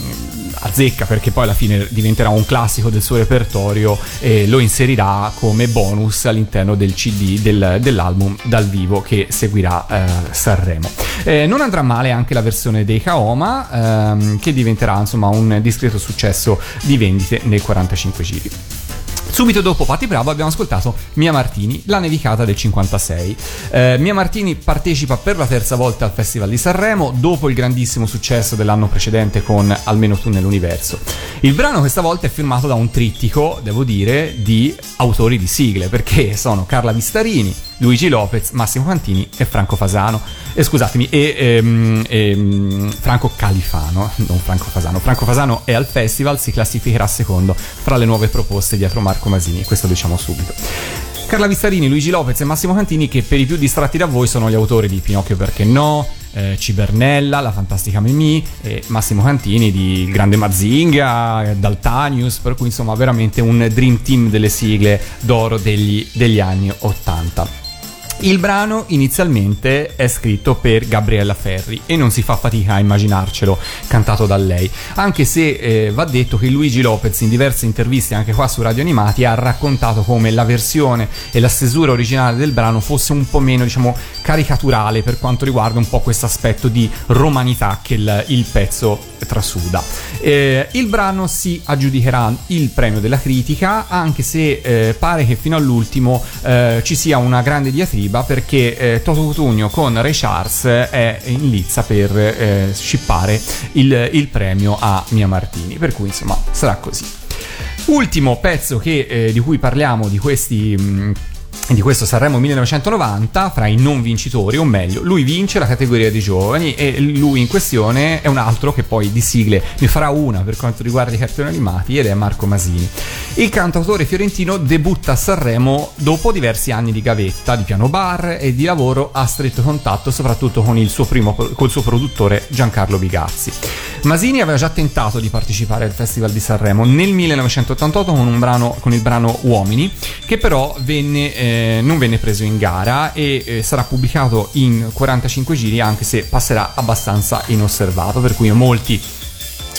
azzecca, perché poi alla fine diventerà un classico del suo repertorio e lo inserirà come bonus all'interno del C D del, dell'album dal vivo che seguirà eh, Sanremo. Eh, non andrà male anche la versione dei Kaoma, ehm, che diventerà insomma un discreto successo di vendite nel quarantacinque giri. Subito dopo Patti Pravo abbiamo ascoltato Mia Martini, La nevicata del cinquantasei. Eh, Mia Martini partecipa per la terza volta al Festival di Sanremo dopo il grandissimo successo dell'anno precedente con Almeno tu nell'universo. Il brano questa volta è firmato da un trittico, devo dire, di autori di sigle, perché sono Carla Vistarini, Luigi Lopez, Massimo Cantini e Franco Fasano. Eh, scusatemi, e ehm, ehm, Franco Califano, non Franco Fasano. Franco Fasano è al festival, si classificherà secondo fra le nuove proposte dietro Marco Masini, questo lo diciamo subito. Carla Vistarini, Luigi Lopez e Massimo Cantini, che per i più distratti da voi sono gli autori di Pinocchio perché no, eh, Cibernella, La fantastica Mimì, e Massimo Cantini di Il grande Mazinga, Daltanius, per cui insomma veramente un dream team delle sigle d'oro degli, degli anni ottanta. Il brano inizialmente è scritto per Gabriella Ferri e non si fa fatica a immaginarcelo cantato da lei, anche se eh, va detto che Luigi Lopez in diverse interviste anche qua su Radio Animati ha raccontato come la versione e la stesura originale del brano fosse un po' meno, diciamo, caricaturale per quanto riguarda un po' questo aspetto di romanità che il, il pezzo trasuda. Eh, il brano si aggiudicherà il premio della critica, anche se eh, pare che fino all'ultimo eh, ci sia una grande diatriba, perché eh, Toto Cutugno con Ray Charles è in lizza per eh, scippare il, il premio a Mia Martini, per cui insomma sarà così. Ultimo pezzo che, eh, di cui parliamo di questi mh, di questo Sanremo millenovecentonovanta, fra i non vincitori, o meglio, lui vince la categoria dei giovani e lui in questione è un altro che poi di sigle ne farà una per quanto riguarda i cartoni animati, ed è Marco Masini. Il cantautore fiorentino debutta a Sanremo dopo diversi anni di gavetta, di piano bar e di lavoro a stretto contatto soprattutto con il suo primo col suo produttore Giancarlo Bigazzi. Masini aveva già tentato di partecipare al Festival di Sanremo nel millenovecentottantotto con un brano con il brano Uomini, che però venne eh, non venne preso in gara e eh, sarà pubblicato in quarantacinque giri, anche se passerà abbastanza inosservato, per cui molti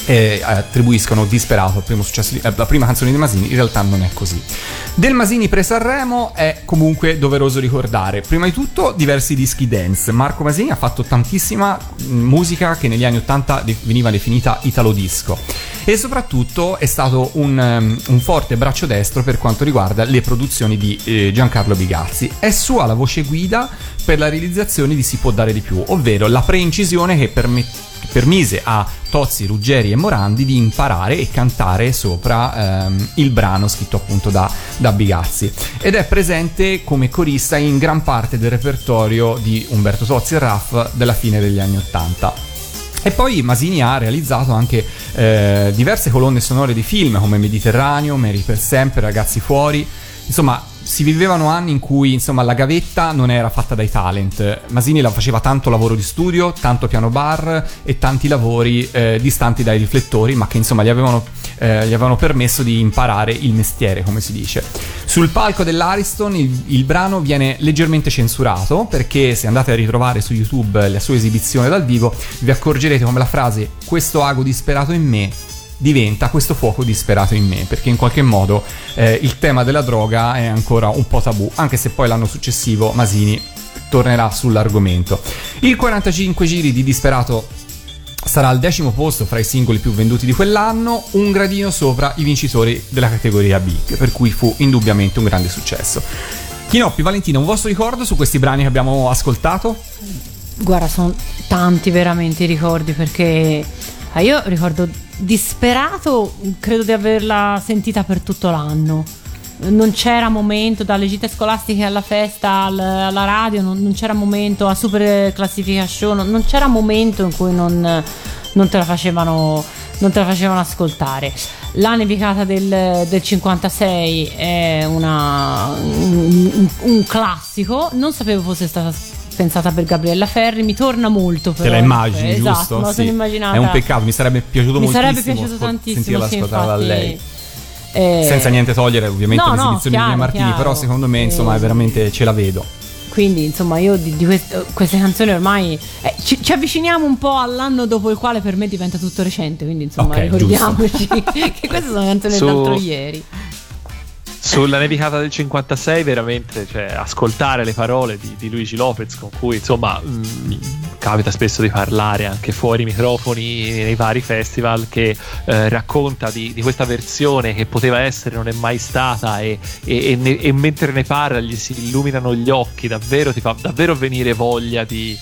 eh, attribuiscono Disperato al primo successo di, eh, la prima canzone di Masini. In realtà non è così. Del Masini pre-Sanremo è comunque doveroso ricordare prima di tutto diversi dischi dance. Marco Masini ha fatto tantissima musica che negli anni ottanta de- veniva definita italo disco, e soprattutto è stato un, um, un forte braccio destro per quanto riguarda le produzioni di eh, Giancarlo Bigazzi. È sua la voce guida per la realizzazione di Si può dare di più, ovvero la preincisione che permette permise a Tozzi, Ruggeri e Morandi di imparare e cantare sopra ehm, il brano scritto appunto da, da Bigazzi, ed è presente come corista in gran parte del repertorio di Umberto Tozzi e Raff della fine degli anni ottanta. E poi Masini ha realizzato anche eh, diverse colonne sonore di film come Mediterraneo, Mary per sempre, Ragazzi fuori. Insomma, si vivevano anni in cui, insomma, la gavetta non era fatta dai talent. Masini la faceva tanto lavoro di studio, tanto piano bar e tanti lavori eh, distanti dai riflettori, ma che insomma gli avevano, eh, gli avevano permesso di imparare il mestiere, come si dice. Sul palco dell'Ariston il, il brano viene leggermente censurato, perché se andate a ritrovare su YouTube la sua esibizione dal vivo vi accorgerete come la frase "questo ago disperato in me" diventa "questo fuoco disperato in me", perché in qualche modo eh, il tema della droga è ancora un po' tabù, anche se poi l'anno successivo Masini tornerà sull'argomento. Il quarantacinque giri di Disperato sarà al decimo posto fra i singoli più venduti di quell'anno, un gradino sopra i vincitori della categoria B, per cui fu indubbiamente un grande successo. Chinoppi, Valentina, un vostro ricordo su questi brani che abbiamo ascoltato? Guarda, sono tanti veramente i ricordi, perché ah, io ricordo Disperato, credo di averla sentita per tutto l'anno. Non c'era momento, dalle gite scolastiche alla festa, al, alla radio, non, non c'era momento, a Super Classifica Show, non, non c'era momento in cui non, non te la facevano non te la facevano ascoltare. La nevicata del, del cinquantasei è una, un, un classico. Non sapevo fosse stata pensata per Gabriella Ferri, mi torna molto però. Te la immagini, eh, giusto? Esatto, me la sono sì. immaginata. È un peccato, mi sarebbe piaciuto mi moltissimo sarebbe piaciuto tantissimo sentirla sì, ascoltata da infatti, lei. eh, senza niente togliere ovviamente no, l'esibizione no, di Mia chiaro, Martini, chiaro. però secondo me insomma Eh, è veramente, ce la vedo. Quindi insomma io di, di queste, queste canzoni ormai eh, ci, ci avviciniamo un po' all'anno dopo il quale per me diventa tutto recente, quindi insomma Okay, ricordiamoci che queste sono canzoni Su- dell'altro ieri. Sulla nevicata del cinquantasei veramente, cioè, ascoltare le parole di, di Luigi Lopez, con cui insomma mh, capita spesso di parlare anche fuori microfoni nei vari festival, che eh, racconta di, di questa versione che poteva essere, non è mai stata, e, e, e, ne, e mentre ne parla gli si illuminano gli occhi, davvero ti fa davvero venire voglia di,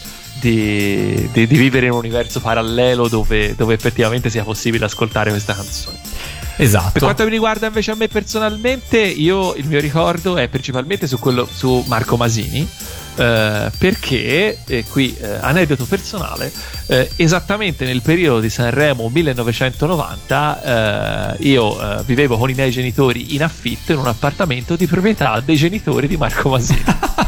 di, di, di vivere in un universo parallelo dove, dove effettivamente sia possibile ascoltare questa canzone. Esatto. Per quanto mi riguarda invece a me personalmente, io il mio ricordo è principalmente su quello su Marco Masini, eh, perché e qui eh, aneddoto personale, eh, esattamente nel periodo di Sanremo millenovecentonovanta eh, io eh, vivevo con i miei genitori in affitto in un appartamento di proprietà dei genitori di Marco Masini.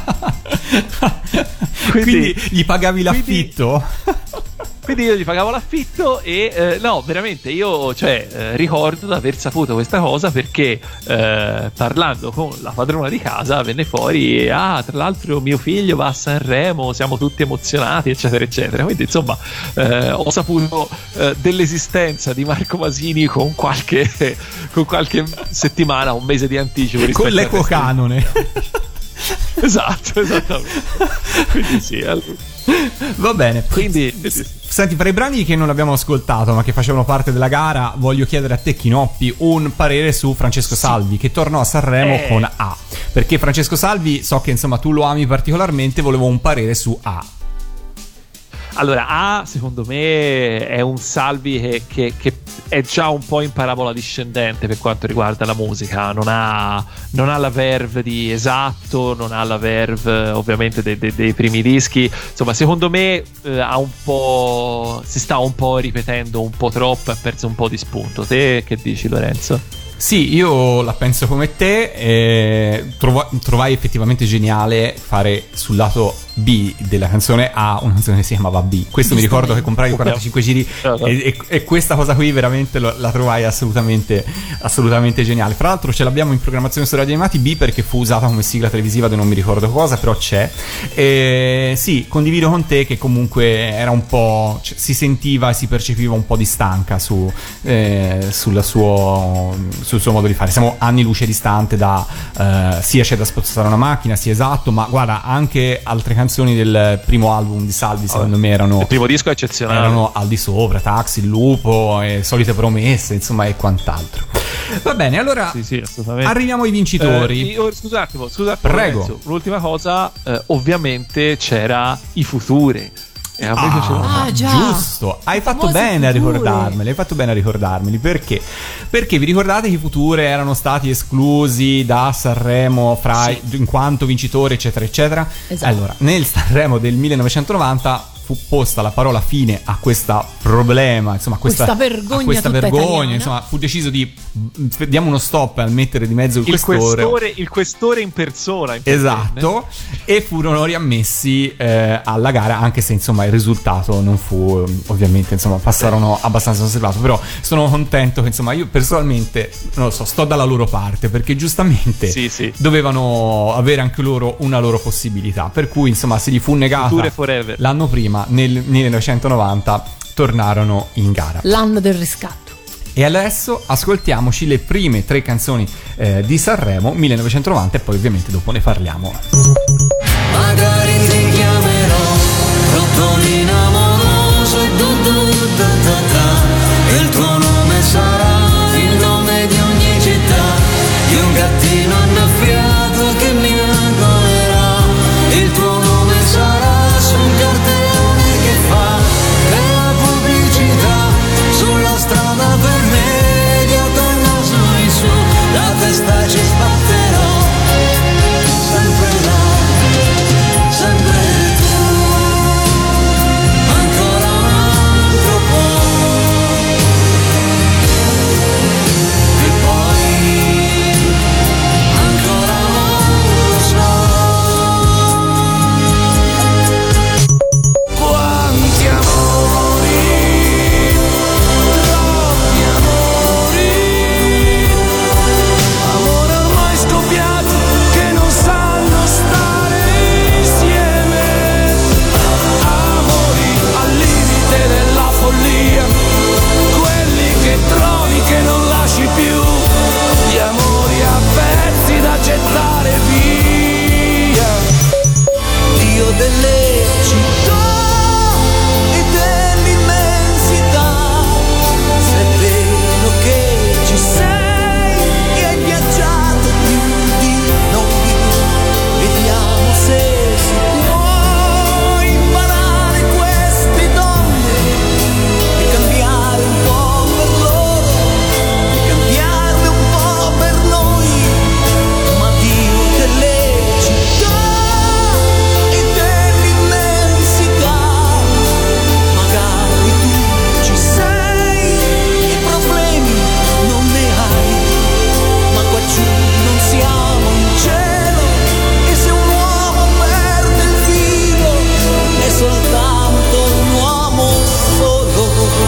quindi, quindi gli pagavi l'affitto? Quindi io gli pagavo l'affitto e eh, no, veramente io cioè, eh, ricordo di aver saputo questa cosa perché eh, parlando con la padrona di casa venne fuori, ah, tra l'altro mio figlio va a Sanremo, siamo tutti emozionati, eccetera eccetera. Quindi insomma eh, ho saputo eh, dell'esistenza di Marco Masini con qualche con qualche settimana, un mese di anticipo rispetto con l'equo canone. Esatto, esattamente. Quindi sì, allora. Va bene. Quindi senti, fra i brani che non abbiamo ascoltato ma che facevano parte della gara, voglio chiedere a te, Chinoppi, un parere su Francesco Salvi, che tornò a Sanremo eh. con A, perché Francesco Salvi so che insomma tu lo ami particolarmente, volevo un parere su A. Allora, A secondo me è un Salvi che, che, che è già un po' in parabola discendente per quanto riguarda la musica, non ha, non ha la verve di Esatto, non ha la verve ovviamente dei, dei, dei primi dischi, insomma secondo me eh, ha un po', si sta un po' ripetendo un po' troppo, ha perso un po' di spunto. Te che dici, Lorenzo? Sì, io la penso come te, eh, trovo, trovai effettivamente geniale fare sul lato B della canzone A una canzone che si chiamava B. Questo mi ricordo che comprai il quarantacinque giri e, e, e questa cosa qui veramente lo, la trovai assolutamente assolutamente geniale. Fra l'altro ce l'abbiamo in programmazione su Radio Animati B, perché fu usata come sigla televisiva di non mi ricordo cosa, però c'è. E sì, condivido con te che comunque era un po', cioè, si sentiva e si percepiva un po' di stanca su, eh, sul, suo, sul suo modo di fare. Siamo anni luce distante da eh, sia C'è da spostare una macchina, sì, esatto, ma guarda, anche altre canzoni del primo album di Salvi secondo me erano, il primo disco è eccezionale, erano al di sopra, Taxi, Il Lupo, e Solite Promesse, insomma, e quant'altro. Va bene, allora sì, sì, assolutamente. Arriviamo ai vincitori. Eh, io, scusa un attimo, scusa, prego. Lorenzo, l'ultima cosa, eh, ovviamente c'era I Future. E a me Ah, piaceva. Ah, già. giusto, hai fatto Famosi bene a Future. ricordarmeli, hai fatto bene a ricordarmeli, perché? Perché vi ricordate che i Future erano stati esclusi da Sanremo fra Sì. in quanto vincitori, eccetera eccetera. Esatto. Allora, nel Sanremo del millenovecentonovanta fu posta la parola fine a questo problema, insomma, a questa, Questa vergogna a questa tutta vergogna, italiana. insomma, fu deciso di mm, diamo uno stop al mettere di mezzo il, Il questore. questore, il questore in persona, in Esatto, e furono riammessi eh, alla gara, anche se insomma il risultato non fu, ovviamente, insomma, passarono abbastanza osservato, però sono contento che, insomma, io personalmente, non lo so, sto dalla loro parte, perché giustamente Sì, sì. dovevano avere anche loro una loro possibilità, per cui, insomma, se gli fu negata Future forever. l'anno prima, nel millenovecentonovanta tornarono in gara. L'anno del riscatto. E adesso ascoltiamoci le prime tre canzoni eh, di Sanremo millenovecentonovanta, e poi ovviamente dopo ne parliamo. Magari ti chiamerò Rottolino amoroso, du, du, da, da, da. Il tuo nome sarà il nome di ogni città, di un gattino annaffiato che mi annoierà. Il tuo nome sarà su un cartellone che fa bella pubblicità sulla strada per media, dal naso in su, la testa ci sbatterò sempre là, sempre tu, ancora un altro po', e poi ancora non lo so. Quanti amori, troppi amori, amore ormai scoppiati che non sanno stare insieme, amori al limite della follia, quelli che trovi che non lasci più, gli amori a pezzi da gettare via. Dio delle città e dell'immensità, se è vero che ci sei e hai viaggiato più di noi, vediamo se si può imparare queste donne e cambiare un po' per loro, e cambiarle un po' per noi, ma Dio delle città e dell'immensità, magari tu ci sei, i problemi non ne hai, ma qua giù non siamo in cielo, e se un uomo perde il filo è soltanto un uomo solo.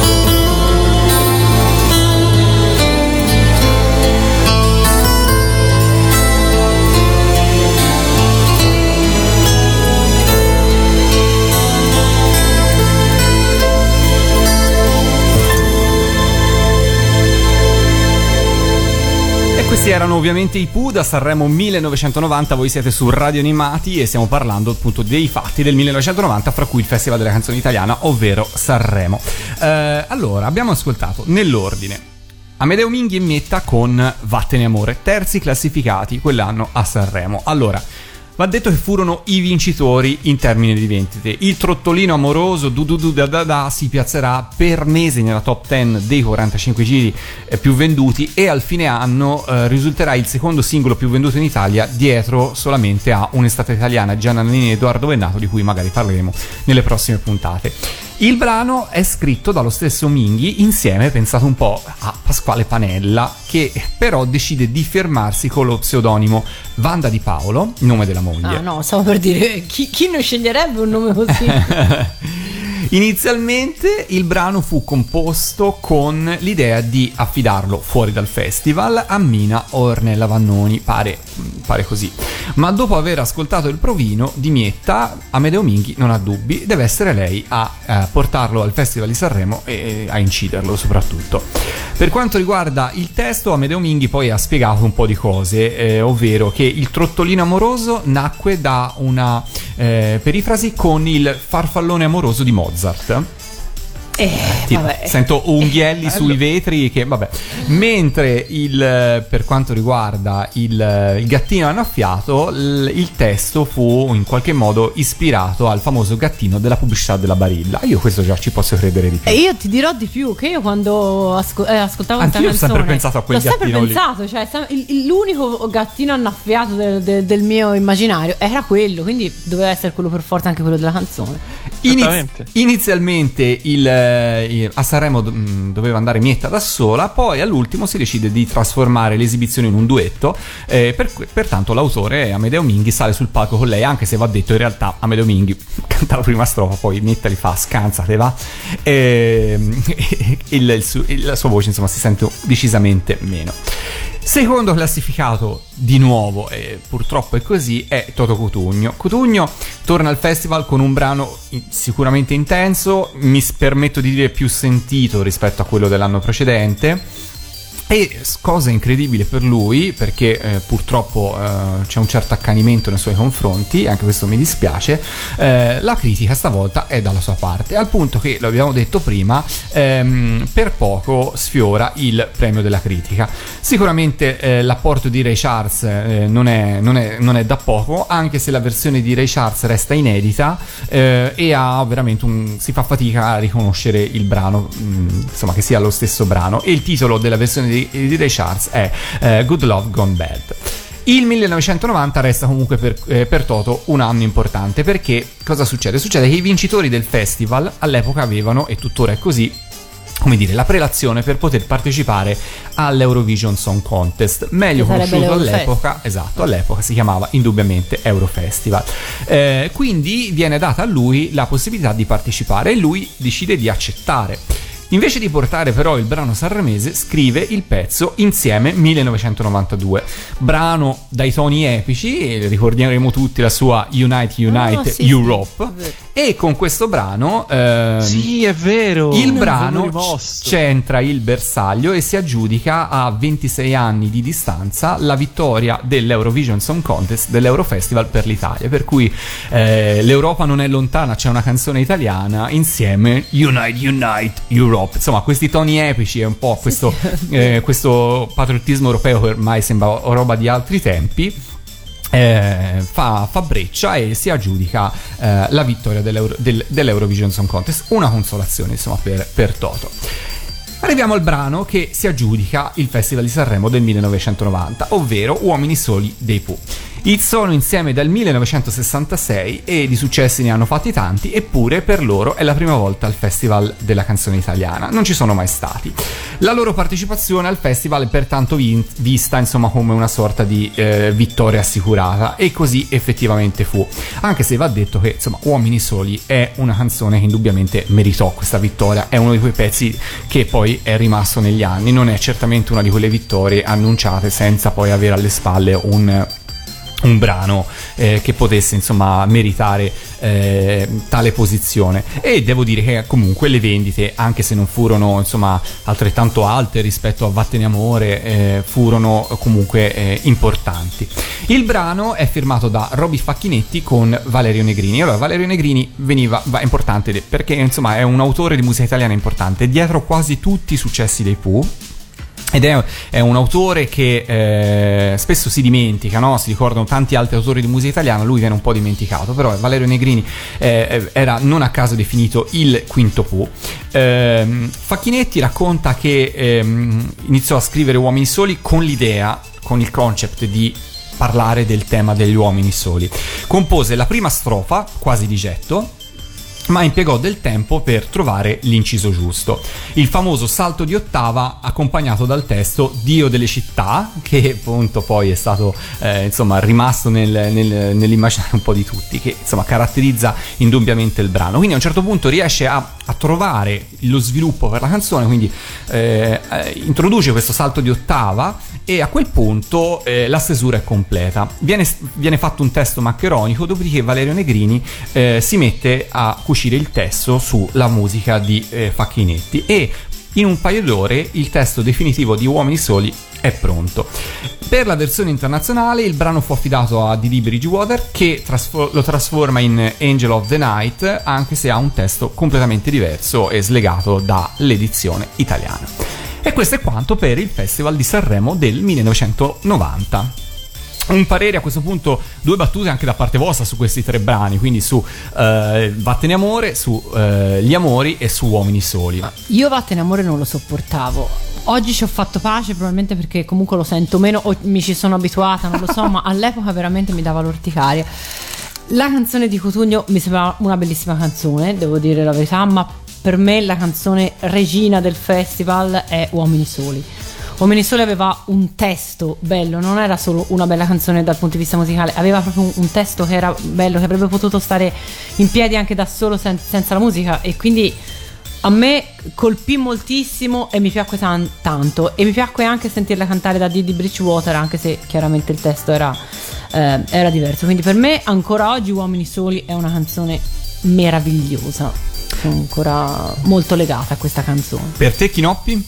E questi erano ovviamente i Pooh da Sanremo millenovecentonovanta. Voi siete su Radio Animati e stiamo parlando appunto dei fatti del millenovecentonovanta, fra cui il Festival della Canzone Italiana, ovvero Sanremo. Eh, allora, abbiamo ascoltato nell'ordine Amedeo Minghi e Metta con Vattene Amore, terzi classificati quell'anno a Sanremo. Allora, va detto che furono i vincitori in termini di vendite. Il Trottolino amoroso du du du da da da si piazzerà per mesi nella top dieci dei quarantacinque giri eh, più venduti, e al fine anno eh, risulterà il secondo singolo più venduto in Italia, dietro solamente a Un'estate italiana, Gianna Nannini e Edoardo Bennato, di cui magari parleremo nelle prossime puntate. Il brano è scritto dallo stesso Minghi insieme, pensate un po', a Pasquale Panella, che però decide di fermarsi con lo pseudonimo Wanda Di Paolo, il nome della moglie. Ah no, stavo per dire, chi, chi non sceglierebbe un nome così? Inizialmente il brano fu composto con l'idea di affidarlo fuori dal festival a Mina o Ornella Vannoni, pare, pare così. Ma dopo aver ascoltato il provino di Mietta, Amedeo Minghi non ha dubbi, deve essere lei a eh, portarlo al Festival di Sanremo e a inciderlo soprattutto. Per quanto riguarda il testo, Amedeo Minghi poi ha spiegato un po' di cose, eh, ovvero che il trottolino amoroso nacque da una eh, perifrasi con il farfallone amoroso di Mozart. Eh, Tipo, vabbè. sento unghielli Eh, sui vetri che vabbè. Mentre il, per quanto riguarda il, il gattino annaffiato, il, il testo fu in qualche modo ispirato al famoso gattino della pubblicità della Barilla. Io questo già ci posso credere di più. E io ti dirò di più, che io quando asco- eh, ascoltavo questa Anch'io ho canzone sempre pensato a quel l'ho sempre gattino lì. pensato, cioè sem- il- il- l'unico gattino annaffiato del, del- del mio immaginario era quello, quindi doveva essere quello per forza anche quello della canzone. Iniz- Esattamente. inizialmente il, il- a Sanremo mh, doveva andare Mietta da sola, poi all'ultimo si decide di trasformare l'esibizione in un duetto, eh, per, pertanto l'autore Amedeo Minghi sale sul palco con lei, anche se va detto in realtà Amedeo Minghi canta la prima strofa, poi Mietta li fa scansate va, e, il, il su- il- la sua voce insomma si sente decisamente meno. Secondo classificato, di nuovo, e purtroppo è così, è Toto Cutugno. Cutugno torna al festival con un brano sicuramente intenso, mi permetto di dire più sentito rispetto a quello dell'anno precedente. E cosa incredibile per lui, perché eh, purtroppo eh, c'è un certo accanimento nei suoi confronti, anche questo mi dispiace, eh, la critica stavolta è dalla sua parte, al punto che, lo abbiamo detto prima, ehm, per poco sfiora il premio della critica. Sicuramente eh, l'apporto di Ray Charles eh, non, è, non, è, non è da poco, anche se la versione di Ray Charles resta inedita eh, e ha veramente un, si fa fatica a riconoscere il brano, mh, insomma che sia lo stesso brano, e il titolo della versione di di Ray Charles è uh, Good Love Gone Bad. Il millenovecentonovanta resta comunque per, eh, per Toto un anno importante, perché cosa succede? Succede che i vincitori del festival all'epoca avevano, e tuttora è così, come dire, la prelazione per poter partecipare all'Eurovision Song Contest, meglio Che sarebbe conosciuto l'Eurofest. all'epoca, esatto, all'epoca si chiamava indubbiamente Eurofestival. Eh, quindi viene data a lui la possibilità di partecipare e lui decide di accettare. Invece di portare però il brano sanremese, scrive il pezzo Insieme millenovecentonovantadue, brano dai toni epici, ricorderemo tutti la sua Unite Unite Ah, sì, Europe, sì, e con questo brano ehm, Sì, è vero. il Non brano avevo rimosso. centra il bersaglio e si aggiudica a ventisei anni di distanza la vittoria dell'Eurovision Song Contest, dell'Eurofestival per l'Italia, per cui eh, l'Europa non è lontana, c'è una canzone italiana, Insieme Unite Unite Europe. Insomma, questi toni epici e un po' questo, eh, questo patriottismo europeo che ormai sembra roba di altri tempi. Eh, fa, fa breccia e si aggiudica eh, la vittoria dell'Euro, del, dell'Eurovision Song Contest, una consolazione insomma per, per Toto. Arriviamo al brano che si aggiudica il Festival di Sanremo del millenovecentonovanta, ovvero Uomini Soli dei Pooh. I sono insieme dal millenovecentosessantasei e di successi ne hanno fatti tanti, eppure per loro è la prima volta al Festival della canzone italiana, non ci sono mai stati. La loro partecipazione al festival è pertanto vin- vista insomma come una sorta di eh, vittoria assicurata, e così effettivamente fu, anche se va detto che insomma Uomini Soli è una canzone che indubbiamente meritò questa vittoria, è uno di quei pezzi che poi è rimasto negli anni, non è certamente una di quelle vittorie annunciate senza poi avere alle spalle un un brano eh, che potesse insomma meritare eh, tale posizione. E devo dire che comunque le vendite, anche se non furono insomma altrettanto alte rispetto a Vattene Amore, eh, furono comunque eh, importanti. Il brano è firmato da Roby Facchinetti con Valerio Negrini. Allora, Valerio Negrini veniva va, importante perché insomma è un autore di musica italiana importante, dietro quasi tutti i successi dei Pooh. Ed è, è un autore che eh, spesso si dimentica, no? Si ricordano tanti altri autori di musica italiana, lui viene un po' dimenticato, però Valerio Negrini eh, era non a caso definito il quinto Pooh. Eh, Facchinetti racconta che eh, iniziò a scrivere Uomini Soli con l'idea, con il concept di parlare del tema degli uomini soli. Compose la prima strofa, quasi di getto, ma impiegò del tempo per trovare l'inciso giusto. Il famoso salto di ottava accompagnato dal testo Dio delle città, che appunto poi è stato eh, insomma rimasto nel, nel, nell'immaginario un po' di tutti, che insomma caratterizza indubbiamente il brano. Quindi a un certo punto riesce a, a trovare lo sviluppo per la canzone, quindi eh, introduce questo salto di ottava e a quel punto eh, la stesura è completa. Viene, viene fatto un testo maccheronico, dopodiché Valerio Negrini eh, si mette a cucire il testo sulla musica di eh, Facchinetti e in un paio d'ore il testo definitivo di Uomini Soli è pronto. Per la versione internazionale il brano fu affidato a Didi Bridgewater, che trasfor- lo trasforma in Angel of the Night, anche se ha un testo completamente diverso e slegato dall'edizione italiana. E questo è quanto per il Festival di Sanremo del millenovecentonovanta. Un parere a questo punto, due battute anche da parte vostra su questi tre brani, quindi su eh, Vattene Amore, su eh, Gli Amori e su Uomini Soli. Io Vattene Amore non lo sopportavo. Oggi ci ho fatto pace, probabilmente perché comunque lo sento meno o mi ci sono abituata, non lo so, ma all'epoca veramente mi dava l'orticaria. La canzone di Cotugno mi sembrava una bellissima canzone, devo dire la verità, ma per me la canzone regina del festival è Uomini Soli. Uomini Soli aveva un testo bello, non era solo una bella canzone dal punto di vista musicale, aveva proprio un, un testo che era bello, che avrebbe potuto stare in piedi anche da solo sen- senza la musica, e quindi a me colpì moltissimo e mi piacque tan- tanto e mi piacque anche sentirla cantare da Didi Bridgewater, anche se chiaramente il testo era, eh, era diverso. Quindi per me ancora oggi Uomini Soli è una canzone meravigliosa, sono ancora molto legata a questa canzone. Per te, Chinoppi?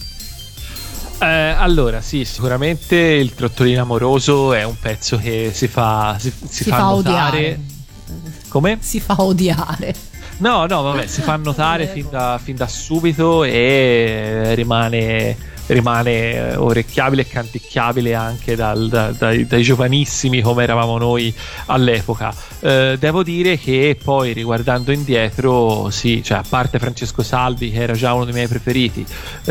Eh, allora sì, sicuramente il Trottolino Amoroso è un pezzo che si fa si, si, si fa, fa notare. Odiare. Come? Si fa odiare. No, no, vabbè, si fa notare fin da, fin da subito e rimane, rimane orecchiabile e canticchiabile anche dal, da, dai, dai giovanissimi come eravamo noi all'epoca. Eh, devo dire che poi riguardando indietro, sì, cioè a parte Francesco Salvi che era già uno dei miei preferiti,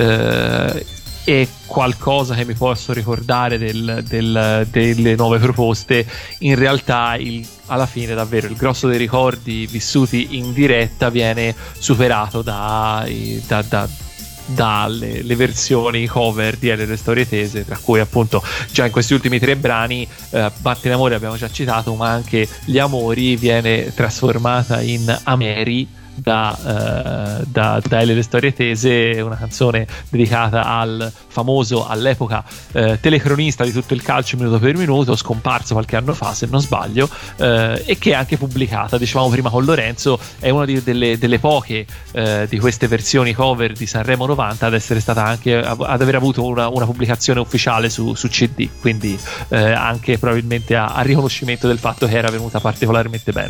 eh, e qualcosa che mi posso ricordare del, del, delle nuove proposte, in realtà il, alla fine davvero il grosso dei ricordi vissuti in diretta viene superato da, da, da dalle le versioni cover di Ele le storie tese, tra cui appunto già in questi ultimi tre brani eh, Vattene Amore abbiamo già citato, ma anche Gli Amori viene trasformata in Ameri da, uh, da, da Ele le storie tese, una canzone dedicata al famoso all'epoca uh, telecronista di tutto il calcio minuto per minuto, scomparso qualche anno fa se non sbaglio, uh, e che è anche pubblicata, dicevamo prima con Lorenzo, è una di, delle, delle poche uh, di queste versioni cover di Sanremo novanta ad essere stata anche ad aver avuto una, una pubblicazione ufficiale su, su C D, quindi uh, anche probabilmente a, a riconoscimento del fatto che era venuta particolarmente bene.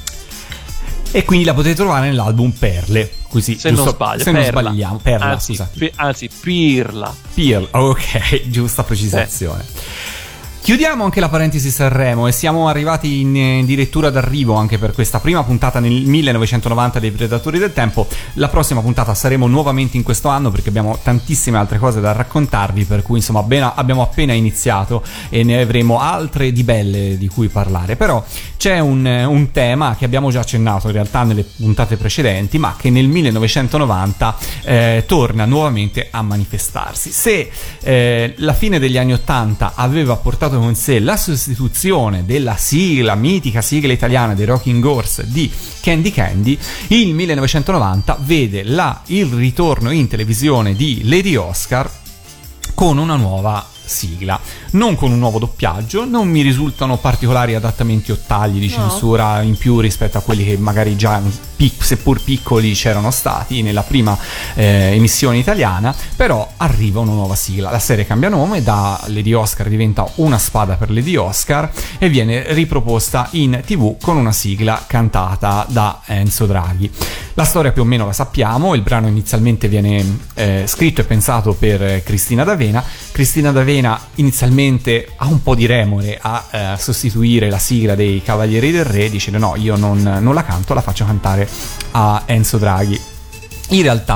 E quindi la potete trovare nell'album Perle, così, se giusto, non sbaglio, se Perla. non sbagliamo, Perla, anzi, scusate. pi- anzi Pirla. Pirla, ok, giusta precisazione. Eh. Chiudiamo anche la parentesi Sanremo e siamo arrivati in, in dirittura d'arrivo anche per questa prima puntata nel millenovecentonovanta dei Predatori del Tempo. La prossima puntata saremo nuovamente in questo anno perché abbiamo tantissime altre cose da raccontarvi, per cui insomma ben, abbiamo appena iniziato e ne avremo altre di belle di cui parlare. Però c'è un, un tema che abbiamo già accennato in realtà nelle puntate precedenti, ma che nel millenovecentonovanta eh, torna nuovamente a manifestarsi. Se eh, la fine degli anni ottanta aveva portato con sé la sostituzione della sigla, mitica sigla italiana dei Rocking Horse di Candy Candy, il millenovecentonovanta vede la, il ritorno in televisione di Lady Oscar con una nuova sigla, non con un nuovo doppiaggio, non mi risultano particolari adattamenti o tagli di no. censura in più rispetto a quelli che magari già pic- seppur piccoli c'erano stati nella prima eh, emissione italiana, però arriva una nuova sigla, la serie cambia nome, da Lady Oscar diventa Una spada per Lady Oscar e viene riproposta in tv con una sigla cantata da Enzo Draghi. La storia più o meno la sappiamo, il brano inizialmente viene eh, scritto e pensato per Cristina D'Avena. Cristina D'Avena inizialmente ha un po' di remore a eh, sostituire la sigla dei Cavalieri del Re, dice no, io non, non la canto, la faccio cantare a Enzo Draghi. In realtà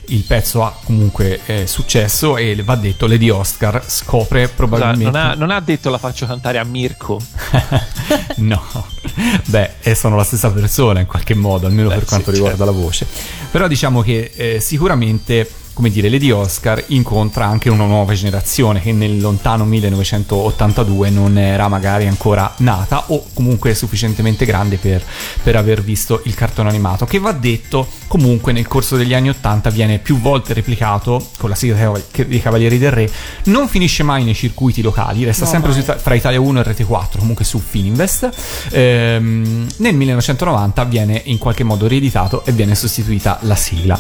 il pezzo ha comunque eh, successo e va detto Lady Oscar scopre probabilmente... Non ha, non ha detto la faccio cantare a Mirko? No, beh, e sono la stessa persona in qualche modo, almeno beh, per quanto sì, riguarda certo. la voce. Però diciamo che eh, sicuramente, come dire, Lady Oscar incontra anche una nuova generazione che nel lontano millenovecentottantadue non era magari ancora nata o comunque sufficientemente grande per, per aver visto il cartone animato, che va detto comunque nel corso degli anni ottanta viene più volte replicato con la sigla dei Cavalieri del Re, non finisce mai nei circuiti locali, resta no, sempre su, fra Italia uno e Rete quattro, comunque su Fininvest. Ehm, nel millenovecentonovanta viene in qualche modo rieditato e viene sostituita la sigla.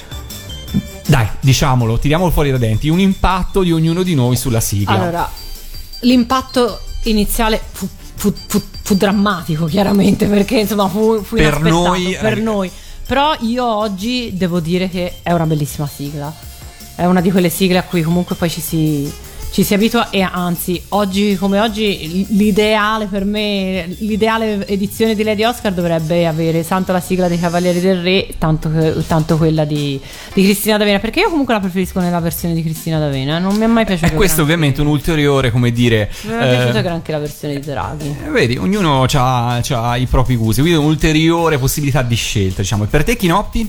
Dai, diciamolo, tiriamolo fuori da denti, un impatto di ognuno di noi sulla sigla. Allora, l'impatto iniziale fu, fu, fu, fu drammatico, chiaramente, perché insomma fu, fu per noi, per noi. Però io oggi devo dire che è una bellissima sigla. È una di quelle sigle a cui comunque poi ci si, ci si abitua, e anzi, oggi come oggi l'ideale per me, l'ideale edizione di Lady Oscar dovrebbe avere tanto la sigla dei Cavalieri del Re, tanto, tanto quella di, di Cristina D'Avena, perché io comunque la preferisco nella versione di Cristina D'Avena, non mi è mai piaciuta. E questo granché. Ovviamente un ulteriore, come dire, non mi è piaciuta eh, granché la versione di Draghi. Eh, vedi, ognuno ha i propri gusti, quindi un'ulteriore possibilità di scelta, diciamo. E per te, Chinoppi?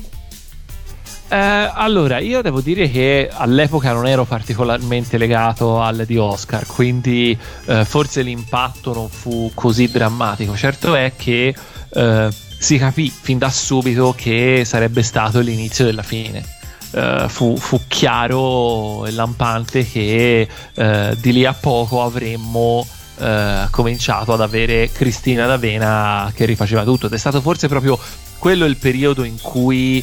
Eh, allora, io devo dire che all'epoca non ero particolarmente legato al di Oscar, quindi eh, forse l'impatto non fu così drammatico. Certo è che eh, si capì fin da subito che sarebbe stato l'inizio della fine. Uh, fu, fu chiaro e lampante che uh, di lì a poco avremmo uh, cominciato ad avere Cristina D'Avena che rifaceva tutto, ed è stato forse proprio quello il periodo in cui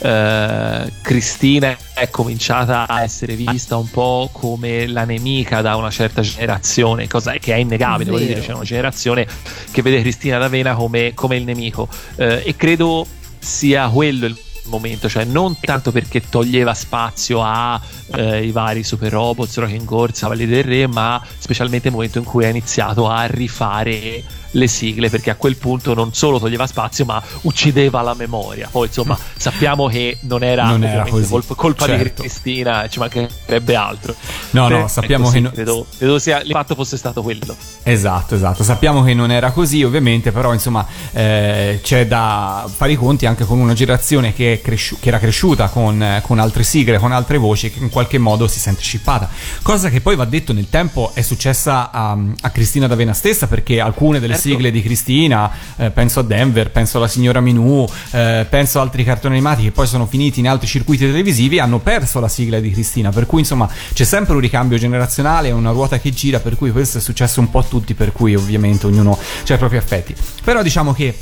uh, Cristina è cominciata a essere vista un po' come la nemica da una certa generazione, cosa che è innegabile, voglio dire, c'è una generazione che vede Cristina D'Avena come, come il nemico, uh, e credo sia quello il momento, cioè non tanto perché toglieva spazio a eh, i vari Super Robots, Rocking Horse, Cavalieri del Re, ma specialmente il momento in cui ha iniziato a rifare le sigle, perché a quel punto non solo toglieva spazio ma uccideva la memoria. Poi insomma sappiamo che non era, non era così, colpa, colpa certo. di Cristina, ci mancherebbe altro. No, no, sappiamo così, che no... credo, credo sia l'impatto fosse stato quello. Esatto, esatto, sappiamo che non era così ovviamente, però insomma eh, c'è da fare i conti anche con una generazione che, è cresciu- che era cresciuta con, con altre sigle, con altre voci, che in qualche modo si sente scippata, cosa che poi va detto nel tempo è successa a, a Cristina D'Avena stessa, perché alcune delle certo. sigle di Cristina, eh, penso a Denver, penso alla Signora Minù, eh, penso a altri cartoni animati che poi sono finiti in altri circuiti televisivi, hanno perso la sigla di Cristina, per cui insomma c'è sempre un ricambio generazionale, una ruota che gira, per cui questo è successo un po' a tutti, per cui ovviamente ognuno ha i propri affetti. Però diciamo che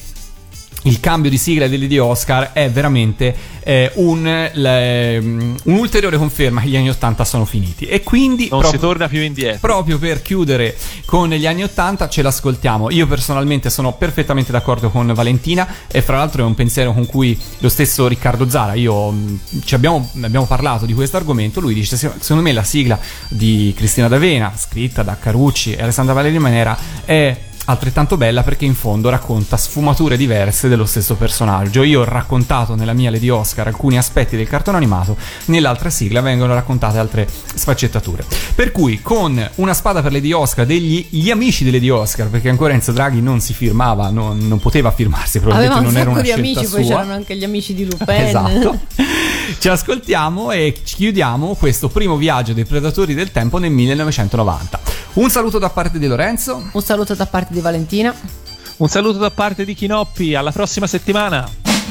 il cambio di sigla degli di Oscar è veramente eh, un, le, um, un'ulteriore conferma che gli anni ottanta sono finiti, e quindi non proprio, si torna più indietro. Proprio per chiudere con gli anni ottanta ce l'ascoltiamo. Io personalmente sono perfettamente d'accordo con Valentina, e fra l'altro è un pensiero con cui lo stesso Riccardo Zara, io mh, ci abbiamo, abbiamo parlato di questo argomento. Lui dice: secondo me la sigla di Cristina D'Avena, scritta da Carucci e Alessandra Valeri Manera, è altrettanto bella perché in fondo racconta sfumature diverse dello stesso personaggio. Io ho raccontato nella mia Lady Oscar alcuni aspetti del cartone animato, nell'altra sigla vengono raccontate altre sfaccettature, per cui con una spada per Lady Oscar degli gli amici di Lady Oscar, perché ancora Enzo Draghi non si firmava, non, non poteva firmarsi, probabilmente non era una di scelta amici, sua. poi c'erano anche gli amici di Lupin. Esatto. Ci ascoltiamo e chiudiamo questo primo viaggio dei Predatori del Tempo nel millenovecentonovanta. Un saluto da parte di Lorenzo, un saluto da parte di Valentina, un saluto da parte di Chinoppi, alla prossima settimana.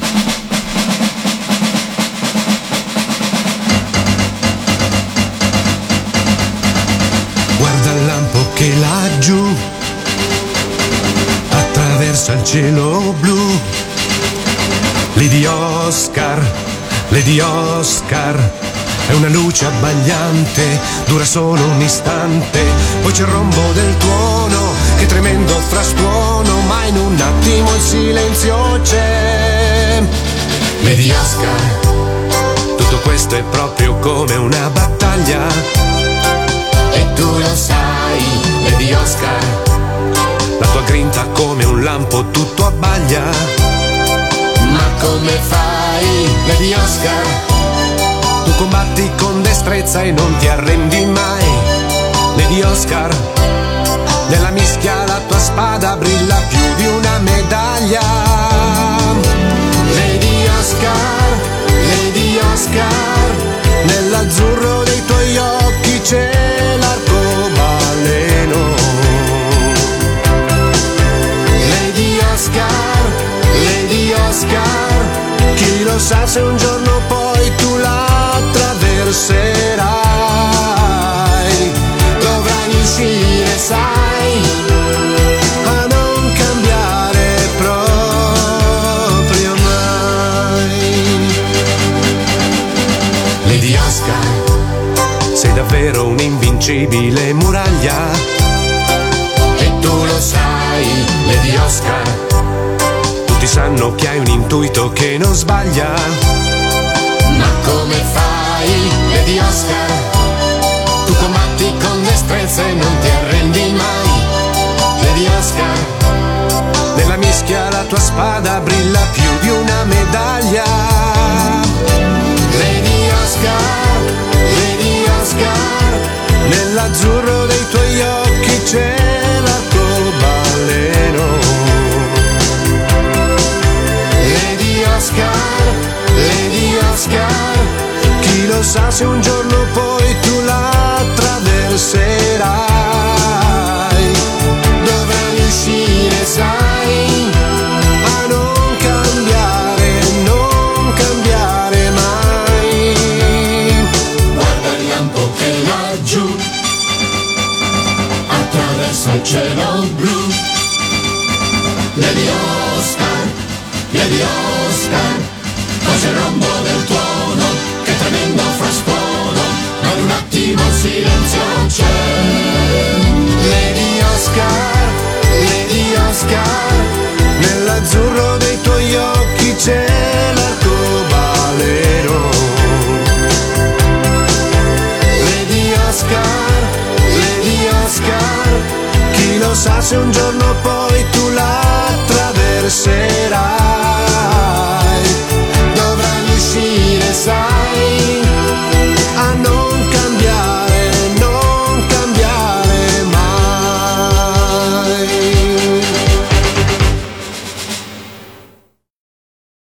Guarda il lampo che laggiù attraversa il cielo blu. Lady Oscar, Lady Oscar, è una luce abbagliante, dura solo un istante, poi c'è il rombo del tuono, che tremendo frastuono, ma in un attimo il silenzio c'è. Lady Oscar, tutto questo è proprio come una battaglia, e tu lo sai, Lady Oscar, la tua grinta come un lampo tutto abbaglia. Ma come fai, Lady Oscar, Tu combatti con destrezza e non ti arrendi mai. Lady Oscar, nella mischia la tua spada brilla più di una medaglia. Lady Oscar, Lady Oscar, nell'azzurro dei tuoi occhi c'è l'arcobaleno. Lady Oscar, Lady Oscar, chi lo sa se un giorno poi tu la attraverserai. Dovrai riuscire, sai, a non cambiare proprio mai. Lady Oscar, sei davvero un'invincibile muraglia. E tu lo sai, Lady Oscar, tutti sanno che hai un intuito che non sbaglia. Ma come fai, Lady Oscar? Tu combatti con destrezza e non ti arrendi mai. Lady Oscar, nella mischia la tua spada brilla più di una medaglia. Lady Oscar, Lady Oscar, nell'azzurro dei tuoi occhi c'è l'arcobaleno. Lady Oscar, Lady Oscar, chi lo sa se un giorno poi tu la attraverserai. Dovrai riuscire, sai, a non cambiare, non cambiare mai. Guarda il lampo che laggiù attraversa il cielo blu. Lady Oscar, Lady Oscar, voce il rombo del tuono, che tremendo frastuono, ma in un attimo il silenzio c'è. Lady Oscar, Lady Oscar, nell'azzurro